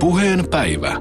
Puheen päivä.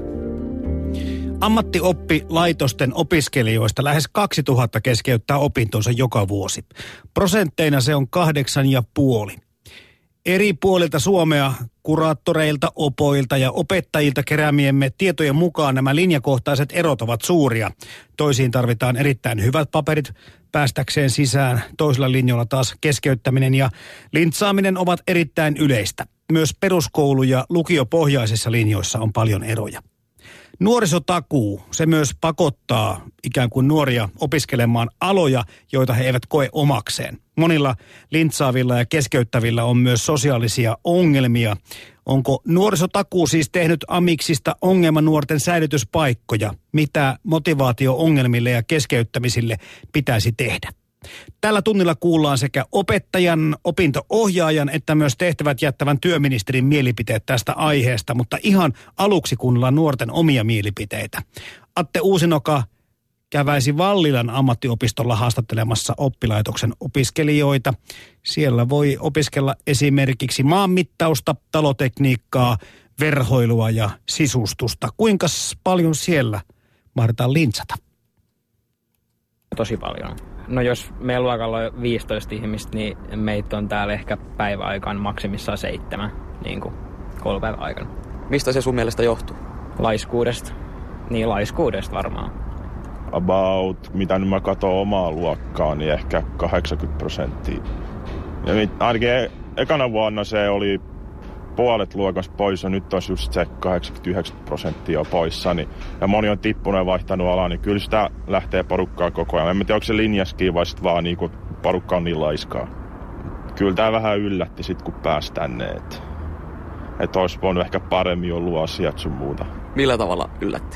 Ammattioppilaitosten opiskelijoista lähes 2000 keskeyttää opintonsa joka vuosi. Prosentteina se on 8,5. Eri puolilta Suomea kuraattoreilta, opoilta ja opettajilta keräämiemme tietojen mukaan nämä linjakohtaiset erot ovat suuria. Toisiin tarvitaan erittäin hyvät paperit päästäkseen sisään. Toisilla linjoilla taas keskeyttäminen ja lintsaaminen ovat erittäin yleistä. Myös peruskoulu- ja lukiopohjaisissa linjoissa on paljon eroja. Nuorisotakuu, se myös pakottaa ikään kuin nuoria opiskelemaan aloja, joita he eivät koe omakseen. Monilla lintsaavilla ja keskeyttävillä on myös sosiaalisia ongelmia. Onko nuorisotakuu siis tehnyt amiksista ongelmanuorten säilytyspaikkoja? Mitä motivaatio-ongelmille ja keskeyttämisille pitäisi tehdä? Tällä tunnilla kuullaan sekä opettajan, opinto-ohjaajan että myös tehtävät jättävän työministerin mielipiteet tästä aiheesta, mutta ihan aluksi kuunnellaan nuorten omia mielipiteitä. Atte Uusinoka käväisi Vallilan ammattiopistolla haastattelemassa oppilaitoksen opiskelijoita. Siellä voi opiskella esimerkiksi maanmittausta, talotekniikkaa, verhoilua ja sisustusta. Kuinka paljon siellä mahdetaan lintsata? Tosi paljon. No jos meidän luokalla on 15 ihmistä, niin meitä on täällä ehkä päiväaikaan maksimissaan 7, niin kuin koulupäivän aikana. Mistä se sun mielestä johtuu? Laiskuudesta. Niin, laiskuudesta varmaan. About, mitä nyt mä katson omaa luokkaa, niin ehkä 80%. Ja ainakin ekana vuonna se oli puolet luokasta pois, ja nyt on just se 89% poissa. Niin, ja moni on tippunut ja vaihtanut alaa, niin kyllä sitä lähtee porukkaa koko ajan. En tiedä, onko se linjaskin vai sitten vaan niin kuin porukka on niin laiskaa. Kyllä tää vähän yllätti sit, kun pääsi tänne. Että olisi voinut ehkä paremmin ollut asiat sun muuta. Millä tavalla yllätti?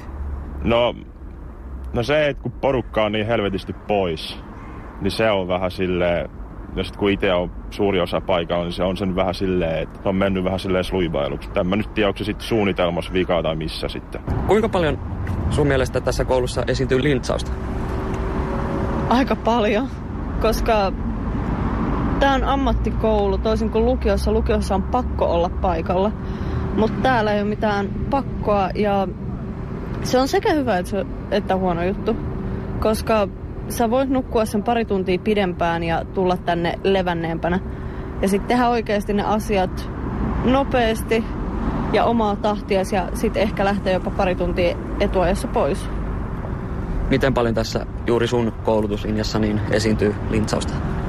No se, että kun porukka on niin helvetisti pois, niin se on vähän silleen, ja sitten kun itse on suuri osa paikalla, niin se on sen vähän silleen, että se on mennyt vähän silleen sluibailuksi. En mä nyt tiedä, onko se sitten suunnitelmassa vikaa tai missä sitten. Kuinka paljon sun mielestä tässä koulussa esiintyy lintsausta? Aika paljon, koska tää on ammattikoulu, toisin kuin lukiossa. Lukiossa on pakko olla paikalla, mutta täällä ei ole mitään pakkoa ja se on sekä hyvä että huono juttu, koska sä voit nukkua sen pari tuntia pidempään ja tulla tänne levänneempänä. Ja sitten tehdä oikeasti ne asiat nopeasti ja omaa tahtiasi ja sitten ehkä lähteä jopa pari tuntia etuajassa pois. Miten paljon tässä juuri sun koulutuslinjassa niin esiintyy lintsausta?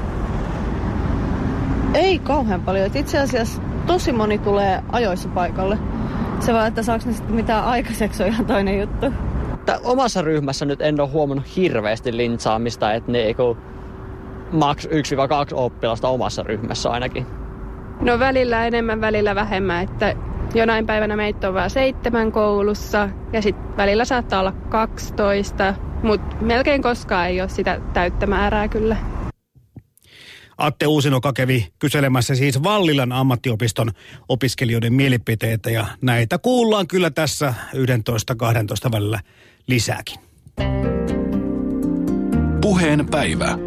Ei kauhean paljon. Et itse asiassa tosi moni tulee ajoissa paikalle. Se vaan, että saako ne sitten mitään aikaiseksi, on ihan toinen juttu. Omassa ryhmässä nyt en ole huomannut hirveästi lintsaamista, että niinku maks 1-2 oppilasta omassa ryhmässä ainakin. No välillä enemmän, välillä vähemmän, että jonain päivänä meitä on vaan 7 koulussa ja sitten välillä saattaa olla 12, mutta melkein koskaan ei ole sitä täyttä määrää kyllä. Atte Uusinoka kävi kyselemässä siis Vallilan ammattiopiston opiskelijoiden mielipiteitä ja näitä kuullaan kyllä tässä 11-12 välillä lisääkin. Puheen päivä.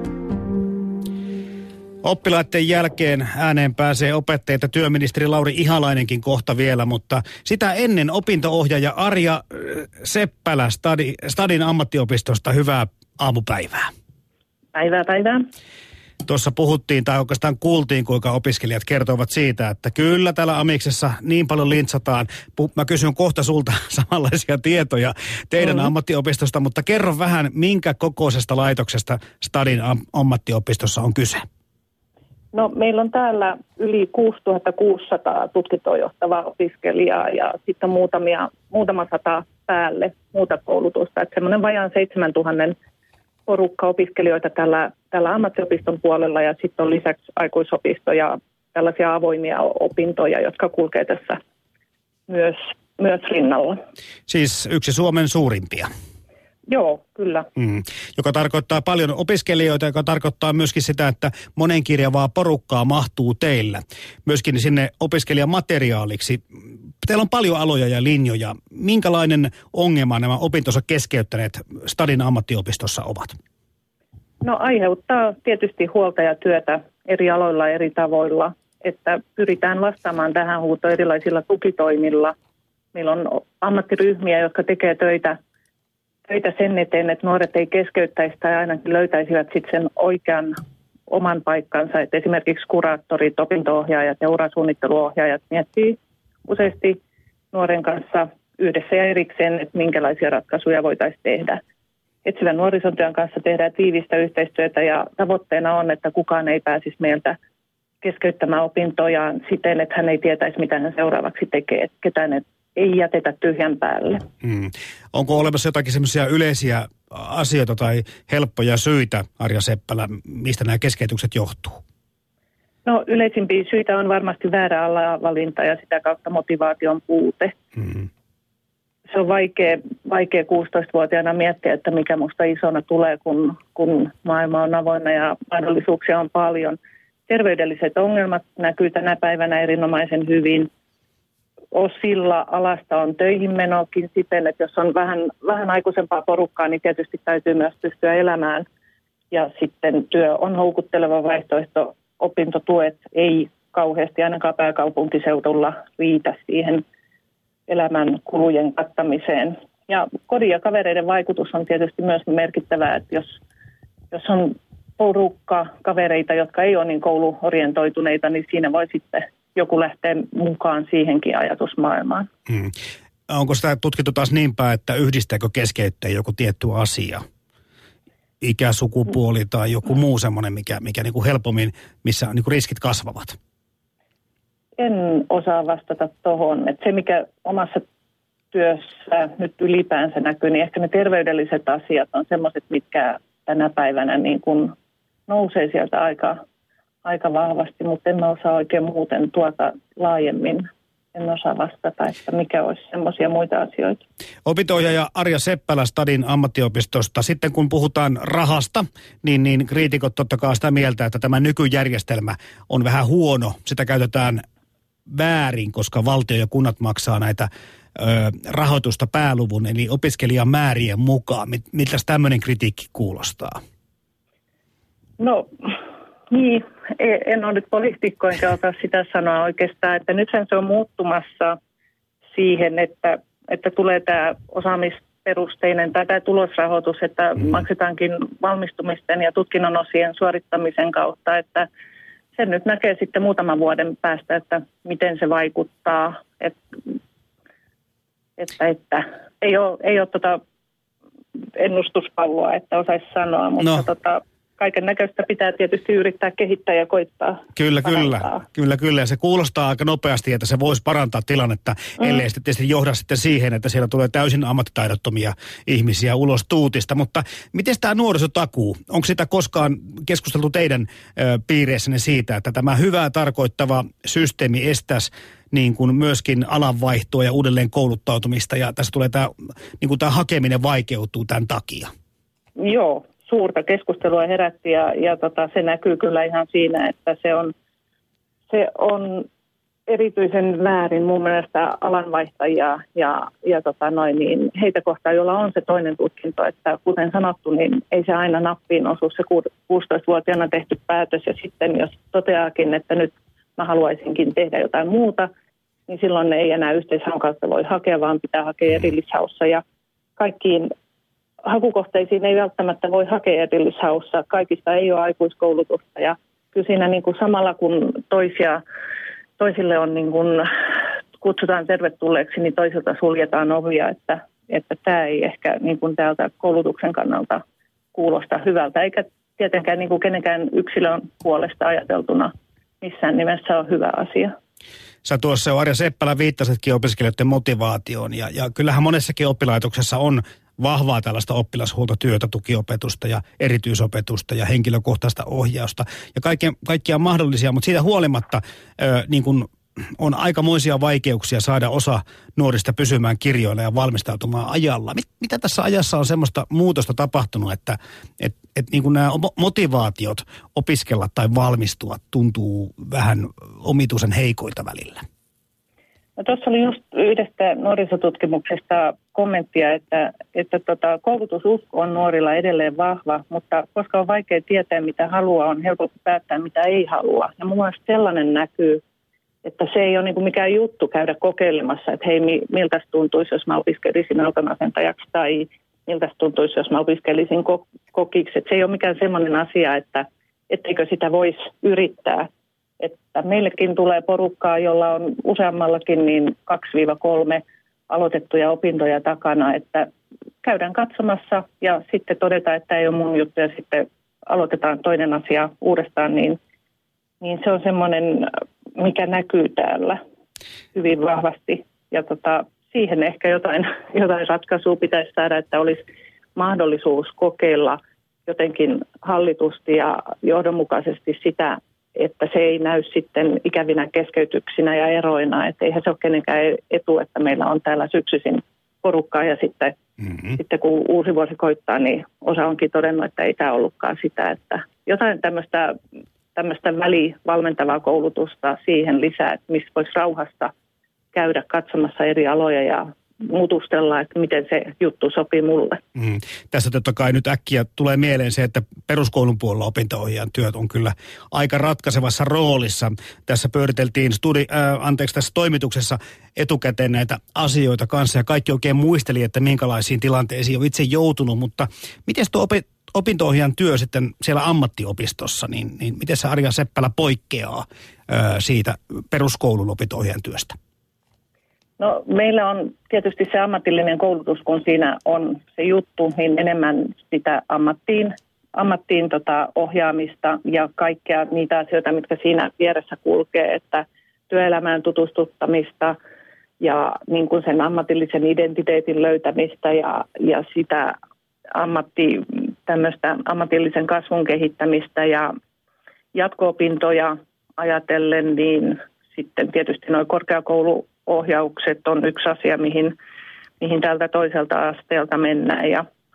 Oppilaiden jälkeen ääneen pääsee opettajat ja työministeri Lauri Ihalainenkin kohta vielä, mutta sitä ennen opinto-ohjaaja Arja Seppälä Stadin ammattiopistosta. Hyvää aamupäivää. Päivää. Tuossa puhuttiin tai oikeastaan kuultiin, kuinka opiskelijat kertovat siitä, että kyllä täällä amiksessa niin paljon lintsataan. Mä kysyn kohta sulta samanlaisia tietoja teidän ammattiopistosta, mutta kerro vähän, minkä kokoisesta laitoksesta Stadin ammattiopistossa on kyse? No meillä on täällä yli 6600 tutkintoon johtavaa opiskelijaa ja sitten muutama sata päälle muuta koulutusta. Että semmoinen vajaan 7000 porukka opiskelijoita tällä ammattiopiston puolella ja sitten on lisäksi aikuisopisto ja tällaisia avoimia opintoja, jotka kulkee tässä myös rinnalla. Siis yksi Suomen suurimpia. Joo, kyllä. Joka tarkoittaa paljon opiskelijoita, joka tarkoittaa myöskin sitä, että monenkirjavaa porukkaa mahtuu teillä. Myöskin sinne opiskelijamateriaaliksi. Teillä on paljon aloja ja linjoja. Minkälainen ongelma nämä opintonsa keskeyttäneet Stadin ammattiopistossa ovat? No aiheuttaa tietysti huolta ja työtä eri aloilla eri tavoilla, että pyritään vastaamaan tähän huutoon erilaisilla tukitoimilla Meillä on ammattiryhmiä, jotka tekee töitä sen eteen, että nuoret ei keskeyttäisi tai ainakin löytäisivät sitten sen oikean oman paikkansa. Että esimerkiksi kuraattorit, opinto-ohjaajat ja urasuunnitteluohjaajat miettii useasti nuoren kanssa yhdessä ja erikseen, että minkälaisia ratkaisuja voitaisiin tehdä. Etsivän nuorisotyön kanssa tehdään tiivistä yhteistyötä ja tavoitteena on, että kukaan ei pääsisi meiltä keskeyttämään opintojaan siten, että hän ei tietäisi, mitä hän seuraavaksi tekee. Että ketään ei jätetä tyhjän päälle. Onko olemassa jotakin semmoisia yleisiä asioita tai helppoja syitä, Arja Seppälä, mistä nämä keskeytykset johtuu? No yleisimpiä syitä on varmasti väärä alavalinta ja sitä kautta motivaation puute. Se on vaikea 16-vuotiaana miettiä, että mikä musta isona tulee, kun maailma on avoinna ja mahdollisuuksia on paljon. Terveydelliset ongelmat näkyy tänä päivänä erinomaisen hyvin. Osilla alasta on töihin menokin siten, että jos on vähän aikuisempaa porukkaa, niin tietysti täytyy myös pystyä elämään. Ja sitten työ on houkutteleva vaihtoehto. Opintotuet ei kauheasti ainakaan pääkaupunkiseudulla riitä siihen elämän kulujen kattamiseen. Ja kodin ja kavereiden vaikutus on tietysti myös merkittävää, että jos on porukka kavereita, jotka ei ole niin kouluorientoituneita, niin siinä voi sitten joku lähtee mukaan siihenkin ajatusmaailmaan. Onko sitä tutkittu taas niin päin, että yhdistääkö keskeyttäjä joku tietty asia? Ikä, sukupuoli tai joku muu semmoinen, mikä niin kuin helpommin, missä niin kuin riskit kasvavat? En osaa vastata tuohon. Se, mikä omassa työssä nyt ylipäänsä näkyy, niin ehkä ne terveydelliset asiat on semmoiset, mitkä tänä päivänä niin kuin nousee sieltä aika vahvasti, mutta en osaa oikein muuten laajemmin. En osaa vastata, että mikä olisi semmoisia muita asioita. Opinto-ohjaaja Arja Seppälä Stadin ammattiopistosta. Sitten kun puhutaan rahasta, niin kriitikot totta kai sitä mieltä, että tämä nykyjärjestelmä on vähän huono. Sitä käytetään väärin, koska valtio ja kunnat maksaa näitä rahoitusta pääluvun, eli opiskelijamäärien mukaan. Miltäs tämmöinen kritiikki kuulostaa? No, niin. En ole nyt poliitikko, enkä osaa sitä sanoa oikeastaan, että nythän se on muuttumassa siihen, että tulee tämä osaamisperusteinen tai tämä tulosrahoitus, että maksetaankin valmistumisten ja tutkinnon osien suorittamisen kautta, että sen nyt näkee sitten muutaman vuoden päästä, että miten se vaikuttaa, että ei ole ennustuspalloa, että osaisi sanoa, mutta kaiken näköistä pitää tietysti yrittää kehittää ja koittaa. Kyllä. Ja se kuulostaa aika nopeasti, että se voisi parantaa tilannetta, ellei sitten tietysti johda sitten siihen, että siellä tulee täysin ammattitaidottomia ihmisiä ulos tuutista. Mutta miten tämä nuorisotakuu? Onko sitä koskaan keskusteltu teidän piireissänne siitä, että tämä hyvää tarkoittava systeemi estäisi niin kuin myöskin alanvaihtoa ja uudelleen kouluttautumista, ja tässä tulee tämä, niin kuin tämä hakeminen vaikeutuu tämän takia? Joo. Suurta keskustelua herätti ja se näkyy kyllä ihan siinä, että se on erityisen väärin mun mielestä alanvaihtajia ja niin heitä kohtaan, jolla on se toinen tutkinto, että kuten sanottu, niin ei se aina nappiin osu se 16-vuotiaana tehty päätös ja sitten jos toteaakin, että nyt mä haluaisinkin tehdä jotain muuta, niin silloin ei enää yhteishaun kautta voi hakea, vaan pitää hakea erillishaussa ja kaikkiin hakukohteisiin ei välttämättä voi hakea erillishaussa. Kaikista ei ole aikuiskoulutusta ja kyllä siinä niin kuin samalla kun toisille on niin kuin kutsutaan tervetulleeksi, niin toisilta suljetaan ovia, että tämä ei ehkä niin kuin täältä koulutuksen kannalta kuulosta hyvältä, eikä tietenkään niin kuin kenenkään yksilön puolesta ajateltuna missään nimessä on hyvä asia. Sä tuossa jo Arja Seppälä viittasitkin opiskelijoiden motivaatioon ja kyllähän monessakin oppilaitoksessa on vahvaa tällaista oppilashuoltotyötä, tukiopetusta ja erityisopetusta ja henkilökohtaista ohjausta ja kaikkia mahdollisia, mutta siitä huolimatta niin kun on aikamoisia vaikeuksia saada osa nuorista pysymään kirjoilla ja valmistautumaan ajalla. Mitä tässä ajassa on semmoista muutosta tapahtunut, että niin kun nämä motivaatiot opiskella tai valmistua tuntuu vähän omituisen heikoilta välillä? No, tuossa oli just yhdestä nuorisotutkimuksesta kommenttia, että koulutususko on nuorilla edelleen vahva, mutta koska on vaikea tietää, mitä haluaa, on helpompi päättää, mitä ei halua. Ja mun mielestä sellainen näkyy Että se ei ole niin kuin mikään juttu käydä kokeilemassa, että hei, miltä tuntuisi, jos mä opiskelisin autoasentajaksi tai miltä tuntuisi, jos mä opiskelisin kokiksi. Että se ei ole mikään semmoinen asia, että etteikö sitä voisi yrittää. Että meillekin tulee porukkaa, jolla on useammallakin niin 2-3 aloitettuja opintoja takana, että käydään katsomassa ja sitten todetaan, että ei ole mun juttu ja sitten aloitetaan toinen asia uudestaan, niin se on semmoinen, mikä näkyy täällä hyvin vahvasti. Ja siihen ehkä jotain ratkaisua pitäisi saada, että olisi mahdollisuus kokeilla jotenkin hallitusti ja johdonmukaisesti sitä, että se ei näy sitten ikävinä keskeytyksinä ja eroina. Että eihän se ole kenenkään etu, että meillä on täällä syksyisin porukkaa ja sitten kun uusi vuosi koittaa, niin osa onkin todennut, että ei tämä ollutkaan sitä. Että jotain tämmöistä välivalmentavaa koulutusta siihen lisää, että missä voisi rauhassa käydä katsomassa eri aloja ja mutustella, että miten se juttu sopii mulle. Tässä totta kai nyt äkkiä tulee mieleen se, että peruskoulun puolella opinto-ohjaajan työt on kyllä aika ratkaisevassa roolissa. Tässä pyöriteltiin tässä toimituksessa etukäteen näitä asioita kanssa ja kaikki oikein muisteli, että minkälaisiin tilanteisiin on itse joutunut, mutta miten tuo opinto-ohjaajan työ sitten siellä ammattiopistossa, niin miten se Arja Seppälä poikkeaa siitä peruskoulun opinto-ohjaajan työstä? No meillä on tietysti se ammatillinen koulutus, kun siinä on se juttu, niin enemmän sitä ammattiin ohjaamista ja kaikkea niitä asioita, mitkä siinä vieressä kulkee, että työelämään tutustuttamista ja niin kuin sen ammatillisen identiteetin löytämistä ja sitä tämmöistä ammatillisen kasvun kehittämistä ja jatko-opintoja ajatellen, niin sitten tietysti nuo korkeakouluohjaukset on yksi asia, mihin tältä toiselta asteelta mennään.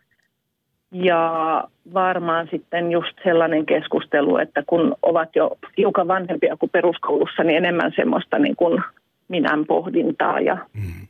Ja varmaan sitten just sellainen keskustelu, että kun ovat jo hiukan vanhempia kuin peruskoulussa, niin enemmän semmoista niin kuin minän pohdintaa ja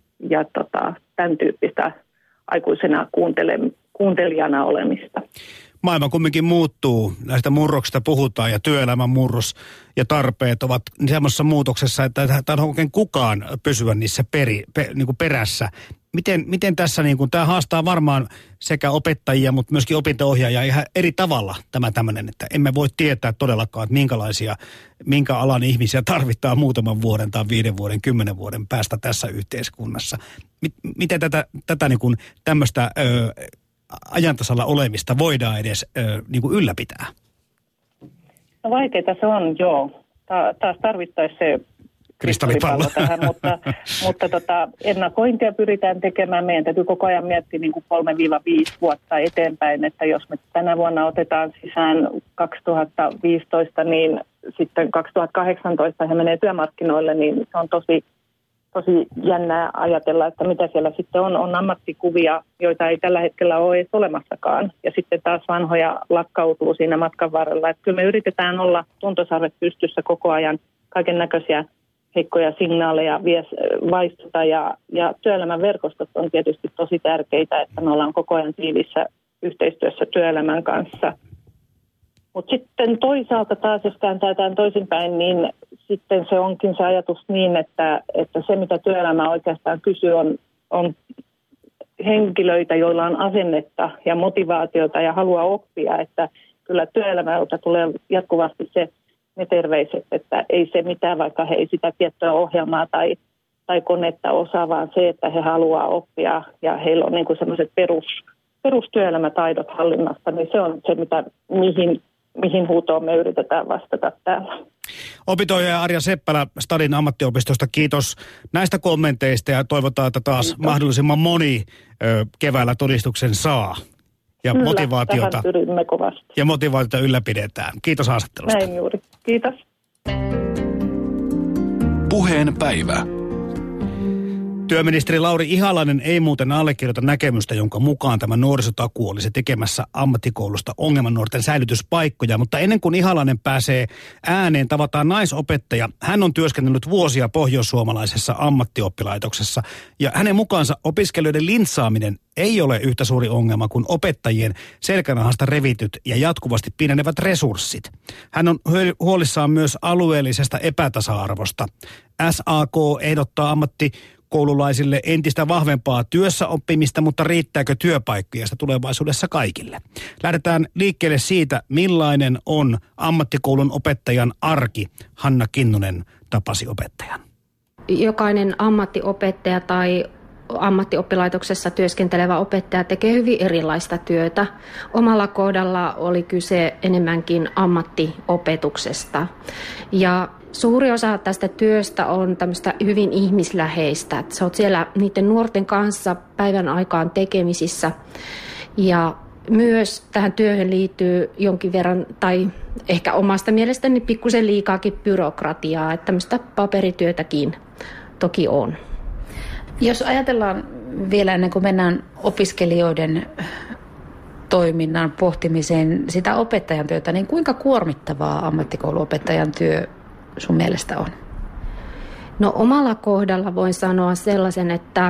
tämän tyyppistä aikuisena kuuntelijana olemista. Maailma kumminkin muuttuu, näistä murroksista puhutaan ja työelämän murros ja tarpeet ovat semmoisessa muutoksessa, että tämä on oikein kukaan pysyä niissä niin kuin perässä. Miten tässä, niin kuin, tämä haastaa varmaan sekä opettajia, mutta myöskin opinto-ohjaajia ihan eri tavalla tämä tämmöinen, että emme voi tietää todellakaan, että minkä alan ihmisiä tarvitaan muutaman vuoden tai 5 vuoden, 10 vuoden päästä tässä yhteiskunnassa. Miten tätä niin kuin tämmöistä ajantasalla olemista voidaan edes niin kuin ylläpitää? No vaikeaa se on, joo. Taas tarvittaisiin se kristallipallo tähän, mutta ennakointia pyritään tekemään. Meidän täytyy koko ajan miettiä niin kuin 3-5 vuotta eteenpäin, että jos me tänä vuonna otetaan sisään 2015, niin sitten 2018 he menee työmarkkinoille, niin se on tosi jännää ajatella, että mitä siellä sitten on ammattikuvia, joita ei tällä hetkellä ole edes olemassakaan. Ja sitten taas vanhoja lakkautuu siinä matkan varrella. Että kyllä me yritetään olla tuntosarvet pystyssä koko ajan, kaiken näköisiä heikkoja signaaleja vaistuta ja työelämän verkostot on tietysti tosi tärkeitä, että me ollaan koko ajan tiivissä yhteistyössä työelämän kanssa. Mutta sitten toisaalta taas, jos kääntää tämän toisinpäin, niin sitten se onkin se ajatus niin, että se mitä työelämä oikeastaan kysyy on henkilöitä, joilla on asennetta ja motivaatiota ja halua oppia, että kyllä työelämältä tulee jatkuvasti ne terveiset, että ei se mitään, vaikka he ei sitä tiettyä ohjelmaa tai konetta osaa, vaan se, että he haluaa oppia ja heillä on niin kuin sellaiset perustyöelämätaidot hallinnasta, niin se on se, mihin huutoon me yritetään vastata täällä. Opinto-ohjaaja Arja Seppälä Stadin ammattiopistosta, kiitos näistä kommenteista ja toivotaan, että taas mahdollisimman moni keväällä todistuksen saa. Ja kyllä, motivaatiota, pyrimme kovasti. Ja motivaatiota ylläpidetään. Kiitos haastattelusta. Näin juuri. Kiitos. Puheen päivä. Työministeri Lauri Ihalainen ei muuten allekirjoita näkemystä, jonka mukaan tämä nuorisotakuu olisi tekemässä ammattikoulusta ongelmanuorten säilytyspaikkoja. Mutta ennen kuin Ihalainen pääsee ääneen, tavataan naisopettaja. Hän on työskennellyt vuosia pohjoissuomalaisessa ammattioppilaitoksessa. Ja hänen mukaansa opiskelijoiden lintsaaminen ei ole yhtä suuri ongelma kuin opettajien selkänahasta revityt ja jatkuvasti pienenevät resurssit. Hän on huolissaan myös alueellisesta epätasa-arvosta. SAK ehdottaa ammattikoululaisille entistä vahvempaa työssäoppimista, mutta riittääkö työpaikkoja sitä tulevaisuudessa kaikille? Lähdetään liikkeelle siitä, millainen on ammattikoulun opettajan arki. Hanna Kinnunen tapasi opettajan. Jokainen ammattiopettaja tai ammattioppilaitoksessa työskentelevä opettaja tekee hyvin erilaista työtä. Omalla kohdalla oli kyse enemmänkin ammattiopetuksesta. Ja suuri osa tästä työstä on tämmöistä hyvin ihmisläheistä. Sä oot siellä niiden nuorten kanssa päivän aikaan tekemisissä. Ja myös tähän työhön liittyy jonkin verran, tai ehkä omasta mielestäni pikkusen liikaakin byrokratiaa. Että tämmöistä paperityötäkin toki on. Jos ajatellaan vielä ennen kuin mennään opiskelijoiden toiminnan pohtimiseen sitä opettajan työtä, niin kuinka kuormittavaa ammattikouluopettajan työ sun mielestä on? No omalla kohdalla voin sanoa sellaisen, että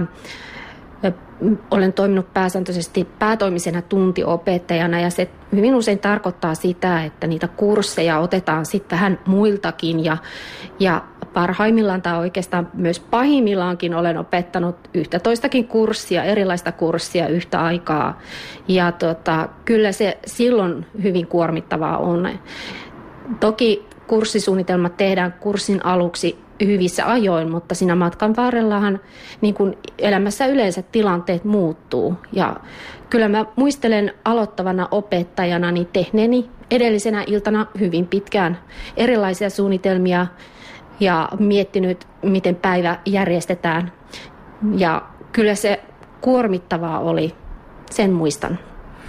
olen toiminut pääsääntöisesti päätoimisena tuntiopettajana ja se hyvin usein tarkoittaa sitä, että niitä kursseja otetaan sitten vähän muiltakin ja parhaimmillaan tai oikeastaan myös pahimmillaankin olen opettanut 11 kurssia, erilaista kurssia yhtä aikaa ja kyllä se silloin hyvin kuormittavaa on. Toki kurssisuunnitelmat tehdään kurssin aluksi hyvissä ajoin, mutta siinä matkan varrellahan niin kuin elämässä yleensä tilanteet muuttuu. Ja kyllä mä muistelen aloittavana opettajana niin tehneeni edellisenä iltana hyvin pitkään erilaisia suunnitelmia ja miettinyt, miten päivä järjestetään. Ja kyllä se kuormittavaa oli, sen muistan.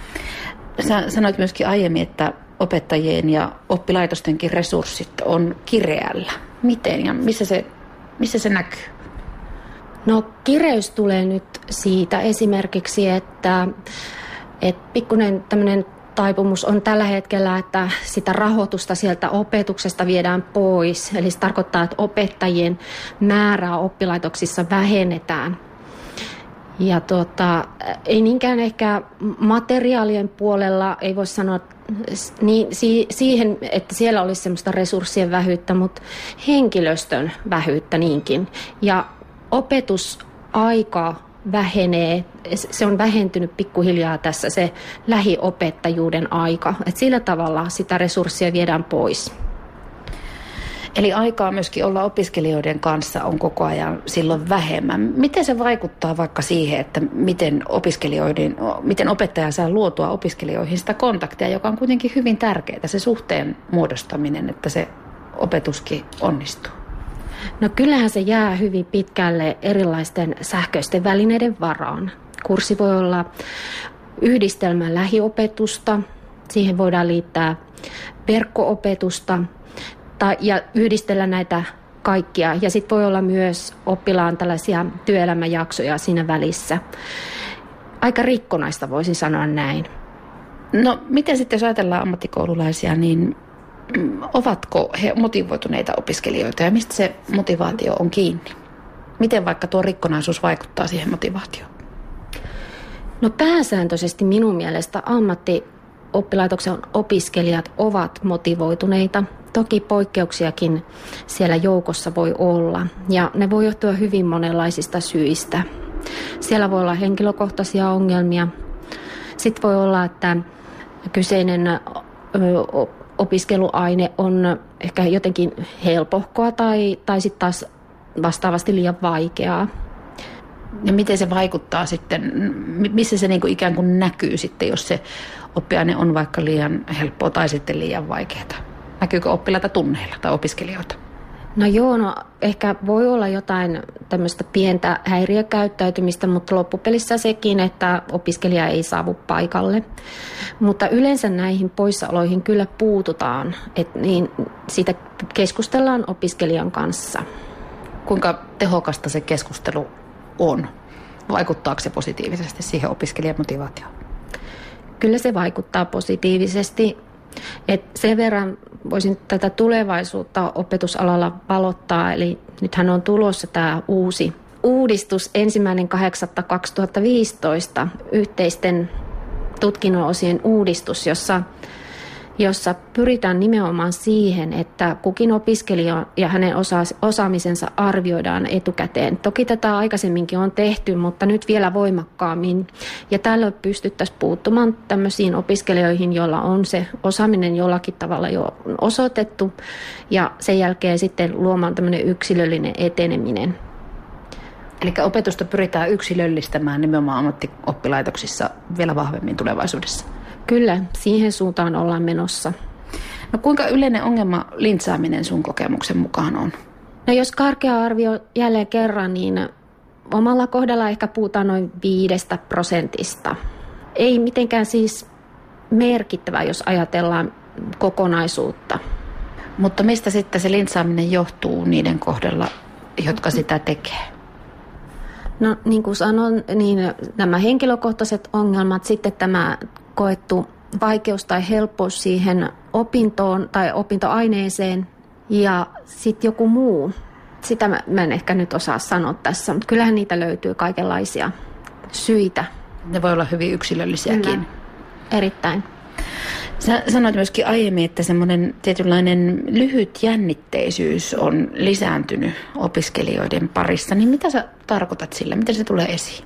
Sä sanoit myöskin aiemmin, että opettajien ja oppilaitostenkin resurssit on kireällä. Miten ja missä se näkyy? No kireys tulee nyt siitä esimerkiksi, että pikkuinen tämmöinen taipumus on tällä hetkellä, että sitä rahoitusta sieltä opetuksesta viedään pois. Eli se tarkoittaa, että opettajien määrää oppilaitoksissa vähennetään. Ja ei niinkään ehkä materiaalien puolella, ei voi sanoa niin, siihen, että siellä olisi semmoista resurssien vähyyttä, mutta henkilöstön vähyyttä niinkin. Ja opetusaika vähenee, se on vähentynyt pikkuhiljaa tässä se lähiopettajuuden aika. Et sillä tavalla sitä resurssia viedään pois. Eli aikaa myöskin olla opiskelijoiden kanssa on koko ajan silloin vähemmän. Miten se vaikuttaa vaikka siihen, että miten opettaja saa luotua opiskelijoihin sitä kontaktia, joka on kuitenkin hyvin tärkeää, se suhteen muodostaminen, että se opetuskin onnistuu? No kyllähän se jää hyvin pitkälle erilaisten sähköisten välineiden varaan. Kurssi voi olla yhdistelmä lähiopetusta, siihen voidaan liittää verkko-opetusta, ja yhdistellä näitä kaikkia. Ja sitten voi olla myös oppilaan tällaisia työelämäjaksoja siinä välissä. Aika rikkonaista voisin sanoa näin. No miten sitten jos ajatellaan ammattikoululaisia, niin ovatko he motivoituneita opiskelijoita ja mistä se motivaatio on kiinni? Miten vaikka tuo rikkonaisuus vaikuttaa siihen motivaatioon? No pääsääntöisesti minun mielestä ammattioppilaitoksen opiskelijat ovat motivoituneita. Toki poikkeuksiakin siellä joukossa voi olla ja ne voi johtua hyvin monenlaisista syistä. Siellä voi olla henkilökohtaisia ongelmia. Sitten voi olla, että kyseinen opiskeluaine on ehkä jotenkin helpohkoa tai sitten taas vastaavasti liian vaikeaa. Ja miten se vaikuttaa sitten, missä se niin kuin ikään kuin näkyy sitten, jos se oppiaine on vaikka liian helppoa tai sitten liian vaikeaa? Näkyykö oppilaita tunneilla tai opiskelijoita? No joo, ehkä voi olla jotain tämmöistä pientä häiriökäyttäytymistä, mutta loppupelissä sekin, että opiskelija ei saavu paikalle. Mutta yleensä näihin poissaoloihin kyllä puututaan, että niin siitä keskustellaan opiskelijan kanssa. Kuinka tehokasta se keskustelu on? Vaikuttaako se positiivisesti siihen opiskelijamotivaatioon? Kyllä se vaikuttaa positiivisesti. Et sen verran voisin tätä tulevaisuutta opetusalalla valottaa, eli nythän on tulossa tämä uusi uudistus 1.8.2015, yhteisten tutkinnon osien uudistus, jossa pyritään nimenomaan siihen, että kukin opiskelija ja hänen osaamisensa arvioidaan etukäteen. Toki tätä aikaisemminkin on tehty, mutta nyt vielä voimakkaammin. Ja tällöin pystyttäisiin puuttumaan tämmöisiin opiskelijoihin, joilla on se osaaminen jollakin tavalla jo osoitettu, ja sen jälkeen sitten luomaan tämmöinen yksilöllinen eteneminen. Eli opetusta pyritään yksilöllistämään nimenomaan ammattioppilaitoksissa vielä vahvemmin tulevaisuudessa. Kyllä, siihen suuntaan ollaan menossa. No kuinka yleinen ongelma lintsaaminen sun kokemuksen mukaan on? No jos karkea arvio jälleen kerran, niin omalla kohdalla ehkä puhutaan noin 5%. Ei mitenkään siis merkittävä, jos ajatellaan kokonaisuutta. Mutta mistä sitten se lintsaaminen johtuu niiden kohdalla, jotka sitä tekee? No niin kuin sanon, niin nämä henkilökohtaiset ongelmat, sitten tämä koettu vaikeus tai helppous siihen opintoon tai opintoaineeseen ja sitten joku muu. Sitä mä en ehkä nyt osaa sanoa tässä, mutta kyllähän niitä löytyy kaikenlaisia syitä. Ne voi olla hyvin yksilöllisiäkin. Kyllä. Erittäin. Sä sanoit myöskin aiemmin, että semmoinen tietynlainen lyhyt jännitteisyys on lisääntynyt opiskelijoiden parissa. Niin mitä sä tarkoitat sillä? Miten se tulee esiin?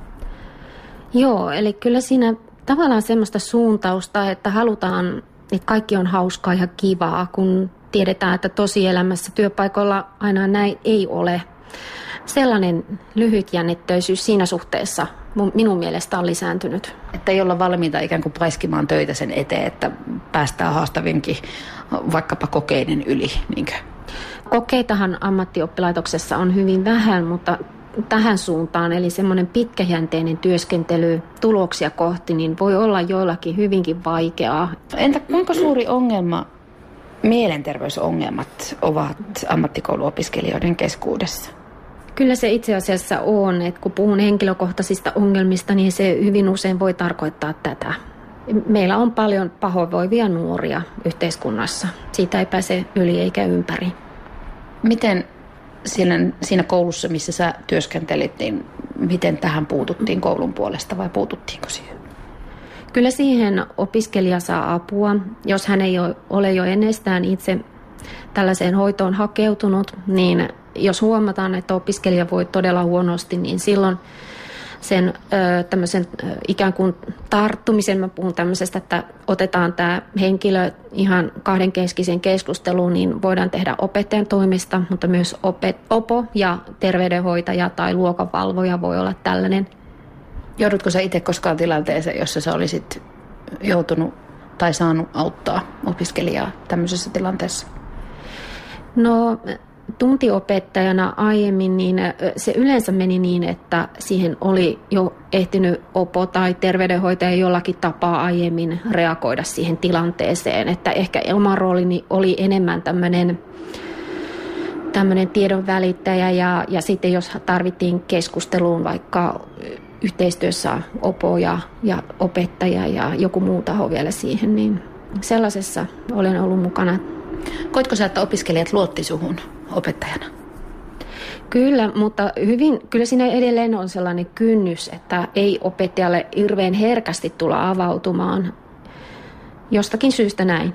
Joo, eli kyllä siinä tavallaan semmoista suuntausta, että halutaan, että kaikki on hauskaa ja kivaa, kun tiedetään, että tosielämässä työpaikoilla aina näin ei ole. Sellainen lyhytjännitteisyys siinä suhteessa minun mielestä on lisääntynyt. Että ei olla valmiita ikään kuin paiskimaan töitä sen eteen, että päästään haastavinkin vaikkapa kokeiden yli. Niinkö? Kokeitahan ammattioppilaitoksessa on hyvin vähän, mutta tähän suuntaan, eli semmoinen pitkäjänteinen työskentely tuloksia kohti, niin voi olla joillakin hyvinkin vaikeaa. Entä kuinka suuri ongelma mielenterveysongelmat ovat ammattikouluopiskelijoiden keskuudessa? Kyllä se itse asiassa on, että kun puhun henkilökohtaisista ongelmista, niin se hyvin usein voi tarkoittaa tätä. Meillä on paljon pahoinvoivia nuoria yhteiskunnassa. Siitä ei pääse yli eikä ympäri. Miten siinä koulussa, missä sä työskentelit, niin miten tähän puututtiin koulun puolesta vai puututtiinko siihen? Kyllä siihen opiskelija saa apua. Jos hän ei ole jo ennestään itse tällaiseen hoitoon hakeutunut, niin jos huomataan, että opiskelija voi todella huonosti, niin silloin sen tämmöisen ikään kuin tarttumisen, mä puhun tämmöisestä, että otetaan tämä henkilö ihan kahdenkeskisen keskusteluun, niin voidaan tehdä opettajan toimesta, mutta myös opo ja terveydenhoitaja tai luokanvalvoja voi olla tällainen. Joudutko sä itse koskaan tilanteeseen, jossa sä olisit joutunut tai saanut auttaa opiskelijaa tämmöisessä tilanteessa? No tuntiopettajana aiemmin, niin se yleensä meni niin, että siihen oli jo ehtinyt opo tai terveydenhoitaja jollakin tapaa aiemmin reagoida siihen tilanteeseen. Että ehkä oma roolini oli enemmän tämmöinen tiedon välittäjä ja sitten jos tarvittiin keskusteluun vaikka yhteistyössä opo ja opettaja ja joku muu taho vielä siihen, niin sellaisessa olen ollut mukana. Koitko sä, että opiskelijat luotti suhun opettajana? Kyllä, mutta kyllä siinä edelleen on sellainen kynnys, että ei opettajalle hirveän herkästi tulla avautumaan. Jostakin syystä näin.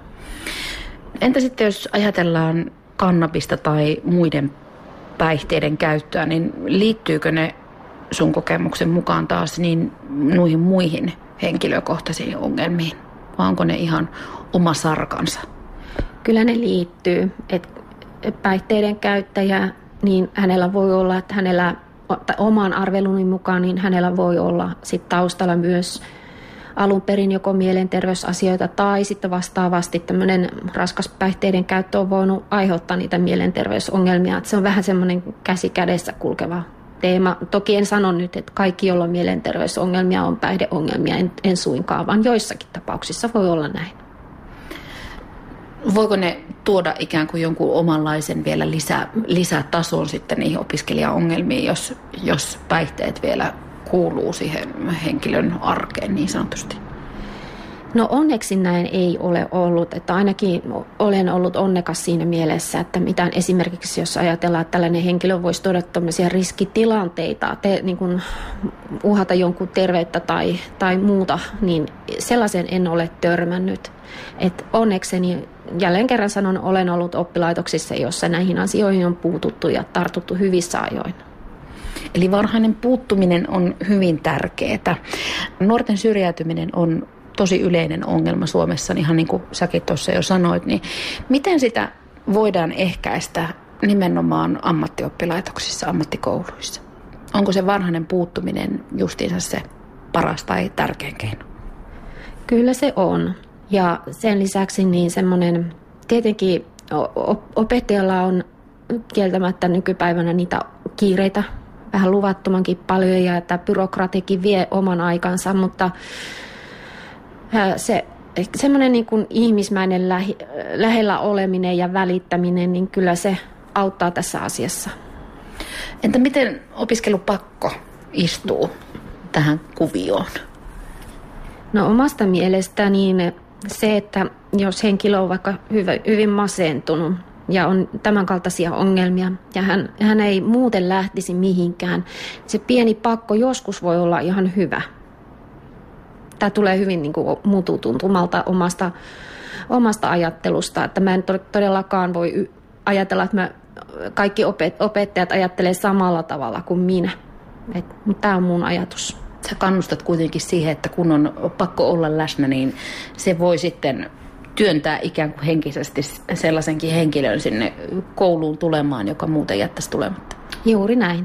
Entä sitten, jos ajatellaan kannabista tai muiden päihteiden käyttöä, niin liittyykö ne sun kokemuksen mukaan taas niin noihin muihin henkilökohtaisiin ongelmiin? Vai onko ne ihan oma sarkansa? Kyllä ne liittyy. Päihteiden käyttäjä, niin hänellä voi olla, että hänellä oman arveluni mukaan, niin hänellä voi olla sit taustalla myös alun perin joko mielenterveysasioita tai sitten vastaavasti tämmöinen raskas päihteiden käyttö on voinut aiheuttaa niitä mielenterveysongelmia. Että se on vähän semmoinen käsi kädessä kulkeva teema. Toki en sano nyt, että kaikki, joilla on mielenterveysongelmia, on päihdeongelmia, en suinkaan, vaan joissakin tapauksissa voi olla näin. Voiko ne tuoda ikään kuin jonkun omanlaisen vielä lisätason sitten niihin opiskelijaongelmiin, jos päihteet vielä kuuluu siihen henkilön arkeen niin sanotusti? No onneksi näin ei ole ollut, että ainakin olen ollut onnekas siinä mielessä, että mitään esimerkiksi jos ajatellaan, että tällainen henkilö voisi tuoda tämmöisiä riskitilanteita, niin kuin uhata jonkun terveyttä tai muuta, niin sellaisen en ole törmännyt. Et onnekseni jälleen kerran sanon, olen ollut oppilaitoksissa, jossa näihin asioihin on puututtu ja tartuttu hyvissä ajoin. Eli varhainen puuttuminen on hyvin tärkeää. Nuorten syrjäytyminen on tosi yleinen ongelma Suomessa, ihan niin kuin säkin tuossa jo sanoit, niin miten sitä voidaan ehkäistä nimenomaan ammattioppilaitoksissa, ammattikouluissa? Onko se varhainen puuttuminen justiinsa se paras tai tärkein keino? Kyllä se on. Ja sen lisäksi niin semmoinen, tietenkin opettajalla on kieltämättä nykypäivänä niitä kiireitä vähän luvattomankin paljon ja että byrokratiakin vie oman aikansa, mutta semmoinen niin kuin ihmismäinen lähellä oleminen ja välittäminen, niin kyllä se auttaa tässä asiassa. Entä miten opiskelupakko istuu tähän kuvioon? No omasta mielestä niin se, että jos henkilö on vaikka hyvin masentunut ja on tämän kaltaisia ongelmia ja hän ei muuten lähtisi mihinkään, se pieni pakko joskus voi olla ihan hyvä. Tämä tulee hyvin niin kuin mututuntumalta omasta ajattelusta, että mä en todellakaan voi ajatella, että kaikki opettajat ajattelee samalla tavalla kuin minä. Tämä on mun ajatus. Sä kannustat kuitenkin siihen, että kun on pakko olla läsnä, niin se voi sitten työntää ikään kuin henkisesti sellaisenkin henkilön sinne kouluun tulemaan, joka muuten jättäisi tulematta. Juuri näin.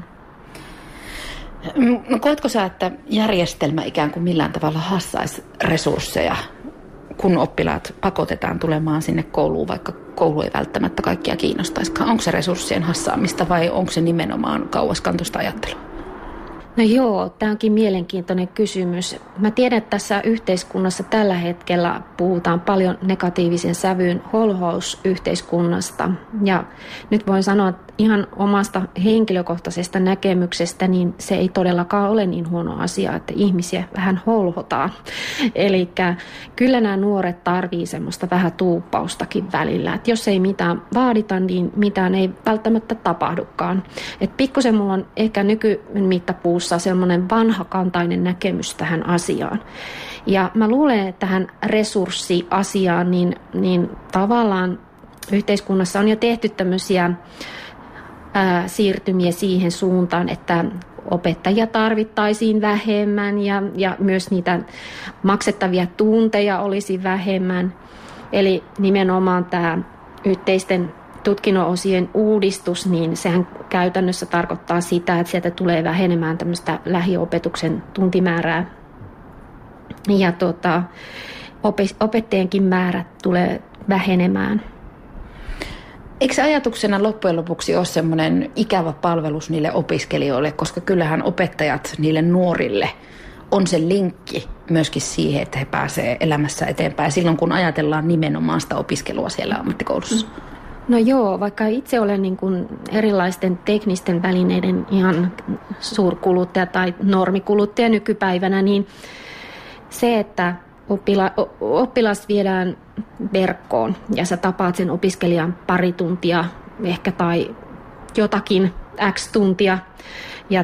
No, koetko sä, että järjestelmä ikään kuin millään tavalla hassaisi resursseja, kun oppilaat pakotetaan tulemaan sinne kouluun, vaikka koulu ei välttämättä kaikkia kiinnostaisikaan? Onko se resurssien hassaamista vai onko se nimenomaan kauaskantoista ajattelua? No joo, tämä onkin mielenkiintoinen kysymys. Mä tiedän, että tässä yhteiskunnassa tällä hetkellä puhutaan paljon negatiivisen sävyyn holhousyhteiskunnasta. Ja nyt voin sanoa ihan omasta henkilökohtaisesta näkemyksestä, niin se ei todellakaan ole niin huono asia, että ihmisiä vähän holhotaan. Eli kyllä nämä nuoret tarvii semmoista vähän tuuppaustakin välillä. Että jos ei mitään vaadita, niin mitään ei välttämättä tapahdukaan. Et pikkusen mulla on ehkä nykymittapuussa semmoinen vanhakantainen näkemys tähän asiaan. Ja mä luulen, että tähän resurssiasiaan, niin tavallaan yhteiskunnassa on jo tehty tämmöisiä siirtymiä siihen suuntaan, että opettajia tarvittaisiin vähemmän ja myös niitä maksettavia tunteja olisi vähemmän. Eli nimenomaan tämä yhteisten tutkinnon-osien uudistus, niin sehän käytännössä tarkoittaa sitä, että sieltä tulee vähenemään tämmöistä lähiopetuksen tuntimäärää. Ja opettajienkin määrä tulee vähenemään. Eikö se ajatuksena loppujen lopuksi ole semmoinen ikävä palvelus niille opiskelijoille, koska kyllähän opettajat niille nuorille on se linkki myöskin siihen, että he pääsevät elämässä eteenpäin silloin, kun ajatellaan nimenomaan sitä opiskelua siellä ammattikoulussa? No joo, vaikka itse olen niin kuin erilaisten teknisten välineiden ihan suurkuluttaja tai normikuluttaja nykypäivänä, niin se, että oppilas viedään verkkoon ja sä tapaat sen opiskelijan pari tuntia ehkä tai jotakin X tuntia ja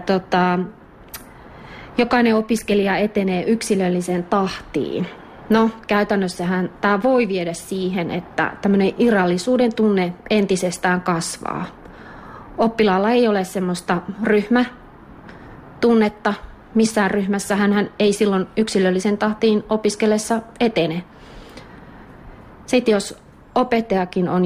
jokainen opiskelija etenee yksilölliseen tahtiin. No käytännössähän tämä voi viedä siihen, että tämmöinen irrallisuuden tunne entisestään kasvaa. Oppilaalla ei ole semmoista ryhmätunnetta. Missään ryhmässä hän ei silloin yksilöllisen tahtiin opiskellessa etene. Sitten jos opettajakin on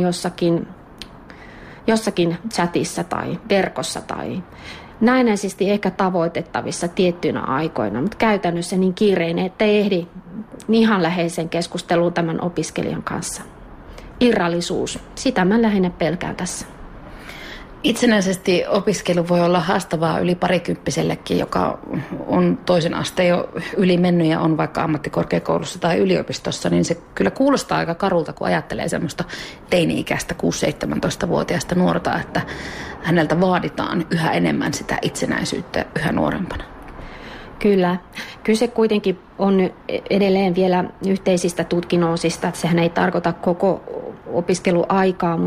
jossakin chatissa tai verkossa tai näennäisesti ehkä tavoitettavissa tiettyinä aikoina, mutta käytännössä niin kiireinen, että ei ehdi ihan läheiseen keskusteluun tämän opiskelijan kanssa. Irrallisuus, sitä mä lähinnä pelkään tässä. Itsenäisesti opiskelu voi olla haastavaa yli parikymppisellekin, joka on toisen asteen jo yli mennyt ja on vaikka ammattikorkeakoulussa tai yliopistossa, niin se kyllä kuulostaa aika karulta, kun ajattelee semmoista teini-ikäistä 6-17-vuotiaista nuorta, että häneltä vaaditaan yhä enemmän sitä itsenäisyyttä yhä nuorempana. Kyllä. Kyse kuitenkin on edelleen vielä yhteisistä tutkinnosista. Sehän ei tarkoita koko opiskeluaikaa,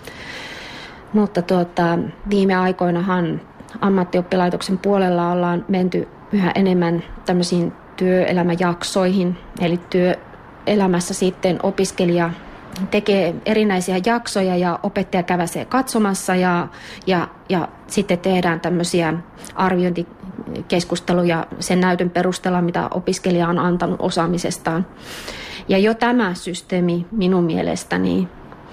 mutta viime aikoinahan ammattioppilaitoksen puolella ollaan menty yhä enemmän tämmöisiin työelämäjaksoihin. Eli työelämässä sitten opiskelija tekee erinäisiä jaksoja ja opettaja käväsee katsomassa ja sitten tehdään tämmöisiä arviointikeskusteluja sen näytön perusteella, mitä opiskelija on antanut osaamisestaan. Ja jo tämä systeemi minun mielestäni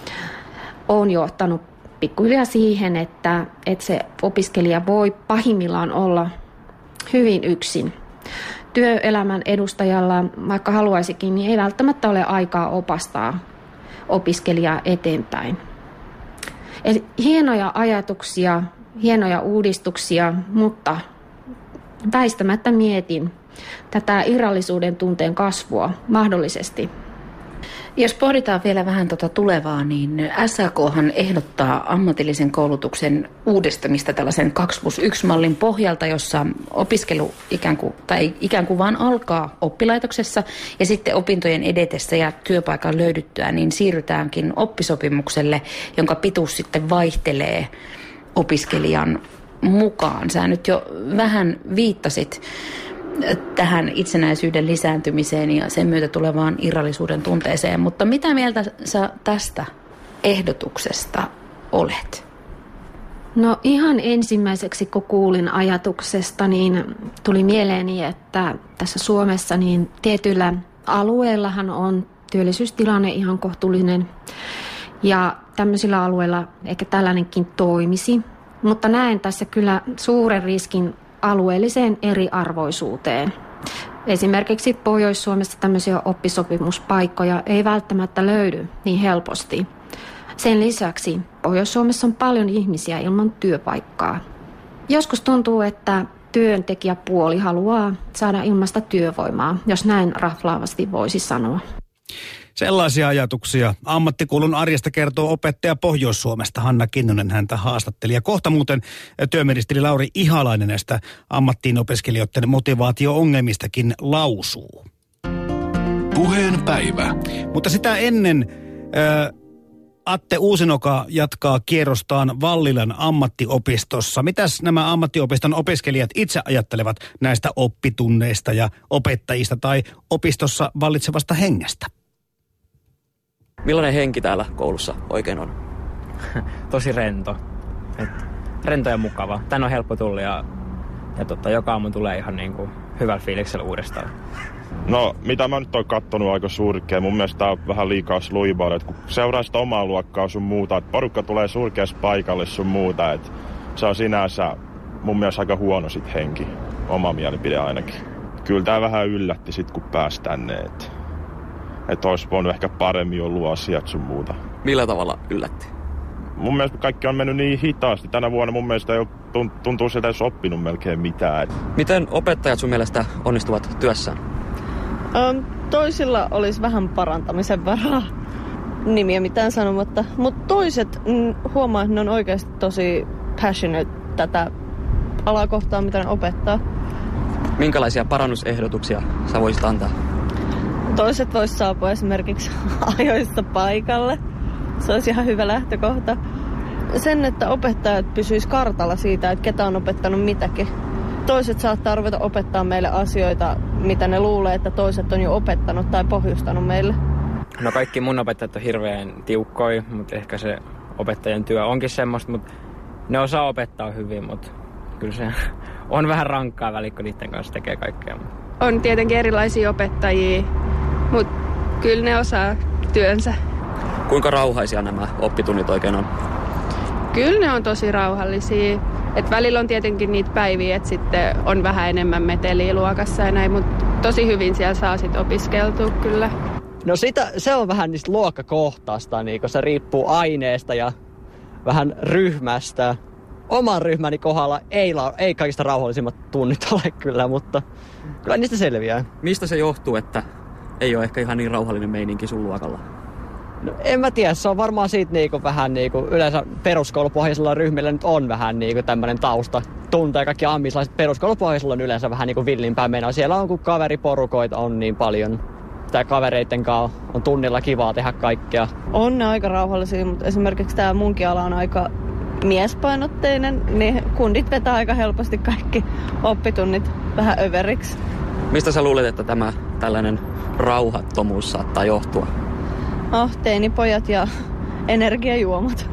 on johtanut pikkuhiljaa siihen, että se opiskelija voi pahimmillaan olla hyvin yksin. Työelämän edustajalla, vaikka haluaisikin, niin ei välttämättä ole aikaa opastaa opiskelijaa eteenpäin. Eli hienoja ajatuksia, hienoja uudistuksia, mutta väistämättä mietin tätä irrallisuuden tunteen kasvua mahdollisesti. Jos pohditaan vielä vähän tulevaa, niin SAK:han ehdottaa ammatillisen koulutuksen uudistamista tällaisen 2+1-mallin pohjalta, jossa opiskelu ikään kuin vaan alkaa oppilaitoksessa ja sitten opintojen edetessä ja työpaikan löydyttyä, niin siirrytäänkin oppisopimukselle, jonka pituus sitten vaihtelee opiskelijan mukaan. Sä nyt jo vähän viittasit tähän itsenäisyyden lisääntymiseen ja sen myötä tulevaan irrallisuuden tunteeseen. Mutta mitä mieltä sä tästä ehdotuksesta olet? No ihan ensimmäiseksi, kun kuulin ajatuksesta, niin tuli mieleeni, että tässä Suomessa niin tietyillä alueillahan on työllisyystilanne ihan kohtuullinen. Ja tämmöisillä alueilla ehkä tällainenkin toimisi. Mutta näen tässä kyllä suuren riskin alueelliseen eriarvoisuuteen. Esimerkiksi Pohjois-Suomessa tämmöisiä oppisopimuspaikkoja ei välttämättä löydy niin helposti. Sen lisäksi Pohjois-Suomessa on paljon ihmisiä ilman työpaikkaa. Joskus tuntuu, että työntekijäpuoli haluaa saada ilmaista työvoimaa, jos näin raflaavasti voisi sanoa. Sellaisia ajatuksia ammattikoulun arjesta kertoo opettaja Pohjois-Suomesta Hanna Kinnunen, häntä haastatteli. Ja kohta muuten työministeri Lauri Ihalainen näistä ammattiin opiskelijoiden motivaatio-ongelmistakin lausuu. Puheen päivä. Mutta sitä ennen Atte Uusinoka jatkaa kierrostaan Vallilan ammattiopistossa. Mitäs nämä ammattiopiston opiskelijat itse ajattelevat näistä oppitunneista ja opettajista tai opistossa vallitsevasta hengestä? Millainen henki täällä koulussa oikein on? Tosi rento. Rento ja mukava. Tänne on helppo tulla ja joka aamu tulee ihan niin kuin hyvällä fiiliksellä uudestaan. No, mitä mä nyt oon kattonut aika surkea. Mun mielestä tää on vähän liikaa sluibaa, että kun seuraa sitä omaa luokkaa sun muuta, että porukka tulee surkeassa paikalle sun muuta, että se on sinänsä mun mielestä aika huono sit henki. Oma mielipide ainakin. Kyllä tää vähän yllätti sit kun pääsi tänne, että olisi voinut ehkä paremmin ollut asiat sun muuta. Millä tavalla yllätti? Mun mielestä kaikki on mennyt niin hitaasti. Tänä vuonna mun mielestä ei ole tuntuu sieltä edes oppinut melkein mitään. Miten opettajat sun mielestä onnistuvat työssään? Toisilla olisi vähän parantamisen varaa, nimiä mitään sanomatta. Mutta toiset huomaa, että ne on oikeasti tosi passionate tätä alakohtaa, mitä ne opettaa. Minkälaisia parannusehdotuksia sä voisit antaa? Toiset vois saapua esimerkiksi ajoissa paikalle. Se olisi ihan hyvä lähtökohta. Sen, että opettajat pysyis kartalla siitä, että ketä on opettanut mitäkin. Toiset saattaa ruveta opettaa meille asioita, mitä ne luulee, että toiset on jo opettanut tai pohjustanut meille. No kaikki mun opettajat on hirveän tiukkoja, mutta ehkä se opettajan työ onkin semmoista, mutta ne osaa opettaa hyvin, mutta kyllä se on vähän rankkaa väliin, kun niiden kanssa tekee kaikkea. On tietenkin erilaisia opettajia, mutta kyllä ne osaa työnsä. Kuinka rauhaisia nämä oppitunnit oikein on? Kyllä ne on tosi rauhallisia. Et välillä on tietenkin niitä päiviä, että sitten on vähän enemmän meteliä luokassa ja näin, mutta tosi hyvin siellä saa sitten opiskeltua kyllä. No se on vähän niistä luokkakohtaista, niin kun se riippuu aineesta ja vähän ryhmästä. oman ryhmäni kohdalla ei kaikista rauhallisimmat tunnit ole kyllä, mutta kyllä niistä selviää. Mistä se johtuu, että ei ole ehkä ihan niin rauhallinen meininki sun luokalla? No, en mä tiedä, se on varmaan siitä vähän yleensä peruskoulupohjaisilla ryhmillä nyt on vähän tämmöinen tausta. Tuntee kaikki ammislaiset peruskoulupohjaisilla on yleensä vähän villimpää menoa. Siellä on kun kaveriporukoita on niin paljon. Tai kavereitten kanssa on tunnilla kivaa tehdä kaikkea. On ne aika rauhallisia, mutta esimerkiksi tämä munkin ala on aika miespainotteinen, niin kundit vetää aika helposti kaikki oppitunnit vähän överiksi. Mistä sä luulet, että tämä tällainen rauhattomuus saattaa johtua? Teinipojat ja energiajuomat.